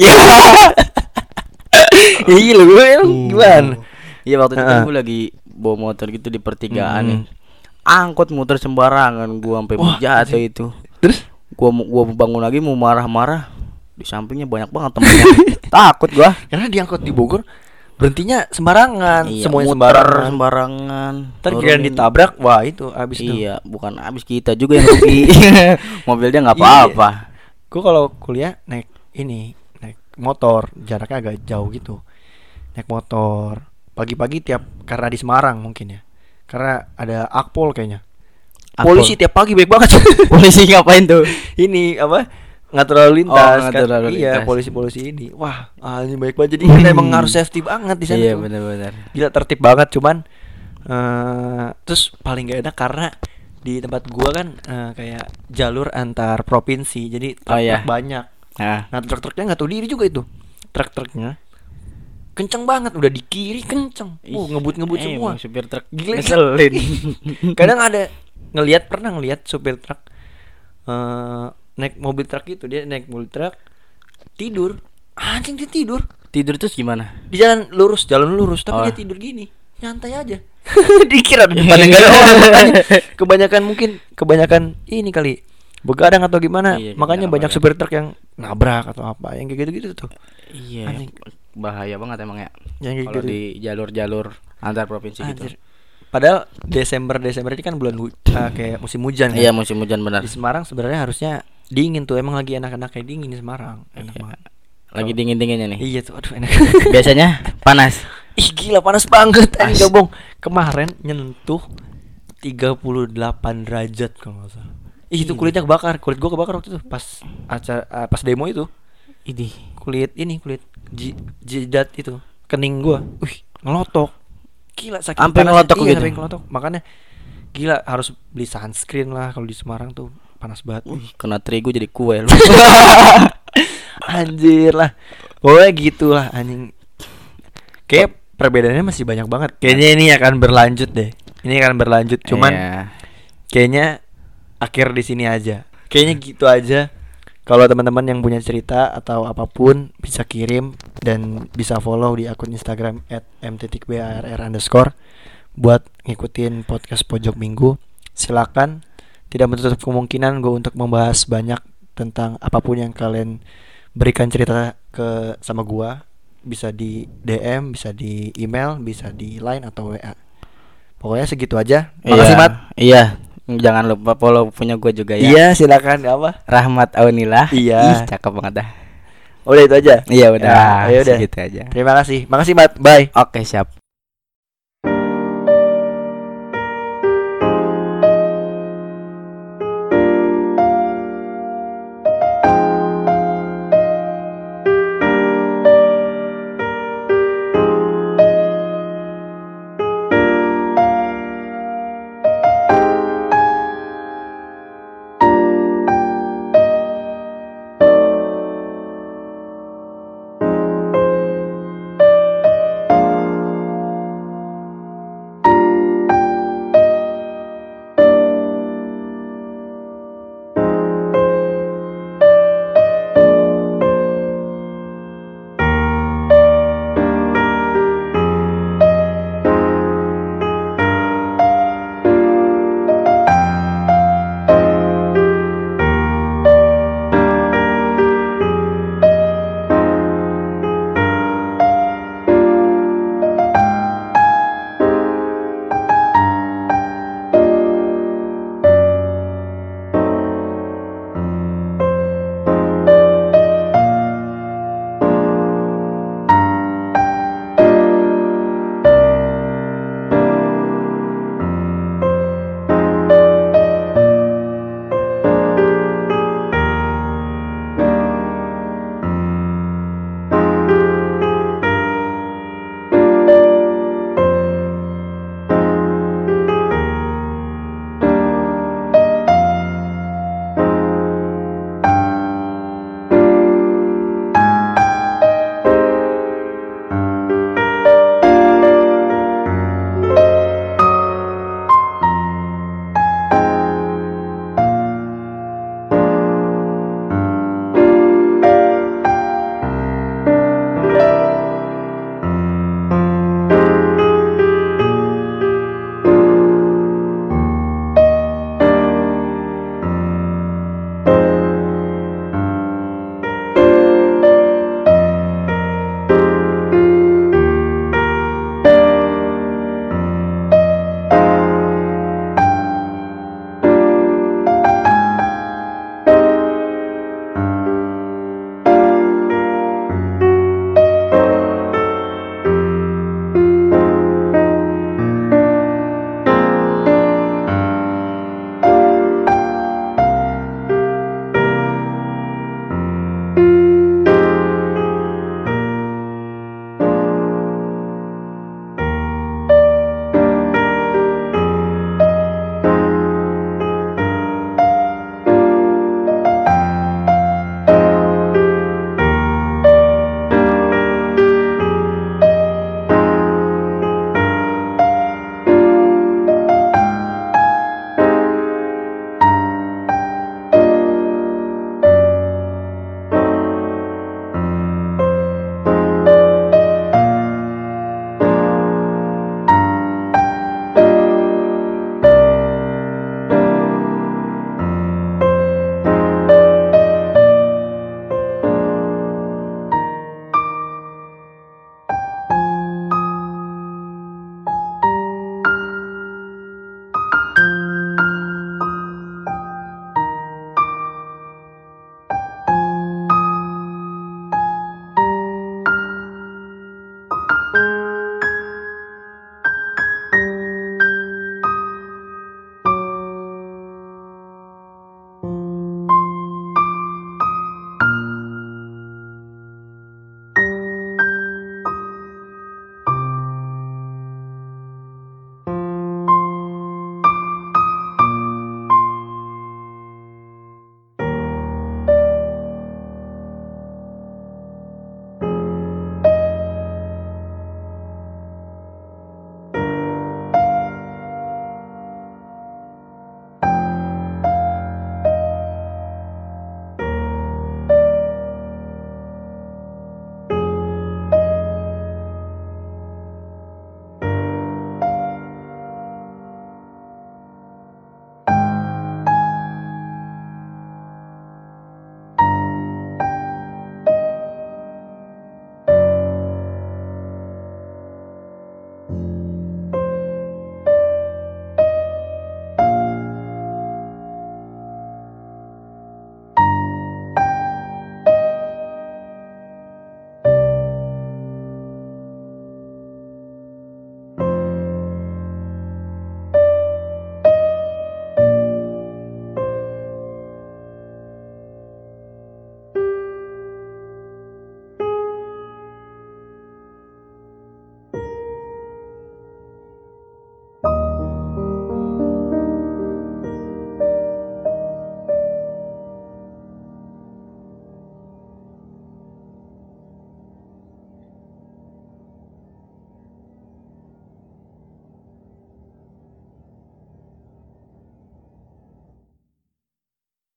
[SPEAKER 1] Iya lu gimana?
[SPEAKER 2] Iya, waktu itu gue lagi bawa motor gitu di pertigaan nih. Angkot muter sembarangan, gua sampai jatuh itu. Terus gua bangun lagi mau marah-marah, di sampingnya banyak banget temennya. Takut gua.
[SPEAKER 1] Karena di angkot di Bogor berhentinya sembarangan,
[SPEAKER 2] iya,
[SPEAKER 1] semuanya
[SPEAKER 2] sembarangan.
[SPEAKER 1] Terkira ditabrak, wah itu abis tuh.
[SPEAKER 2] Iya, bukan abis kita juga yang rugi. Mobilnya nggak apa-apa.
[SPEAKER 1] Iya. Gue kalau kuliah naik motor, jaraknya agak jauh gitu. Naik motor pagi-pagi karena di Semarang mungkin ya. Karena ada Akpol kayaknya. Polisi tiap pagi baik banget.
[SPEAKER 2] Polisi ngapain tuh?
[SPEAKER 1] Ini apa? Ngatur lalu lintas kan. Iya, polisi ini. Wah, ini baik banget. Jadi kita emang harus safety banget di sana.
[SPEAKER 2] Iya,
[SPEAKER 1] tuh.
[SPEAKER 2] benar-benar.
[SPEAKER 1] Gila, tertib banget, cuman terus paling gak enak karena di tempat gua kan kayak jalur antar provinsi. Jadi truk banyak. Nah, truk-truknya enggak tahu diri juga itu. Truk-truknya kenceng banget, udah di kiri kenceng. Ngebut-ngebut semua.
[SPEAKER 2] Supir truk
[SPEAKER 1] ngeselin. Kadang pernah ngelihat supir truk naik mobil truk itu, dia naik mobil truk tidur. Anjing, dia tidur
[SPEAKER 2] terus gimana?
[SPEAKER 1] di jalan lurus tapi dia tidur gini nyantai aja. Dikira depannya enggak ada orang. Kebanyakan ini kali begadang atau gimana. Iya, makanya banyak supir truk yang nabrak atau apa yang kayak gitu-gitu tuh.
[SPEAKER 2] Iya. Anjing. Bahaya banget emang ya.
[SPEAKER 1] Yang
[SPEAKER 2] kalau
[SPEAKER 1] gitu.
[SPEAKER 2] di jalur-jalur Antar provinsi gitu.
[SPEAKER 1] Anjir. Padahal Desember ini kan bulan kayak musim hujan kan.
[SPEAKER 2] Iya, musim hujan benar.
[SPEAKER 1] Di Semarang sebenarnya harusnya dingin tuh. Emang lagi enak-enak kayak dingin di Semarang. Enak banget.
[SPEAKER 2] Lagi dingin-dinginnya nih.
[SPEAKER 1] Iya tuh, aduh enak.
[SPEAKER 2] Biasanya panas.
[SPEAKER 1] Ih gila panas banget. Anjing gabung. Kemarin nyentuh 38 derajat kalau nggak salah. Ih itu kulitnya kebakar. Kulit gua kebakar waktu itu pas acara pas demo itu.
[SPEAKER 2] Ini
[SPEAKER 1] Kulit jidat itu. Kening gua. Ngelotok. Gila sakit
[SPEAKER 2] sampai
[SPEAKER 1] panas.
[SPEAKER 2] ngelotok
[SPEAKER 1] Iya,
[SPEAKER 2] gitu.
[SPEAKER 1] sampai ngelotok. Makanya gila harus beli sunscreen lah kalau di Semarang tuh panas banget.
[SPEAKER 2] Kena terigu jadi kue lu.
[SPEAKER 1] Anjir lah. Pokoknya gitulah anjing. Kayak perbedaannya masih banyak banget. Kayaknya ini akan berlanjut deh. Ini akan berlanjut. Cuman kayaknya akhir di sini aja. Kayaknya gitu aja. Kalau teman-teman yang punya cerita atau apapun bisa kirim dan bisa follow di akun Instagram @m.barr_ buat ngikutin podcast Pojok Minggu. Silakan. Tidak menutup kemungkinan gue untuk membahas banyak tentang apapun yang kalian berikan cerita ke sama gue. Bisa di DM, bisa di email, bisa di line atau WA. Pokoknya segitu aja. Makasih Mat.
[SPEAKER 2] Iya. Jangan lupa follow punya gue juga ya.
[SPEAKER 1] Iya silakan. Apa?
[SPEAKER 2] Rahmat Aunilah.
[SPEAKER 1] Iya.
[SPEAKER 2] Cakep banget dah.
[SPEAKER 1] Udah itu aja.
[SPEAKER 2] Iya udah.
[SPEAKER 1] Ya udah.
[SPEAKER 2] Segitu aja.
[SPEAKER 1] Terima kasih. Makasih Mat. Bye.
[SPEAKER 2] Oke siap.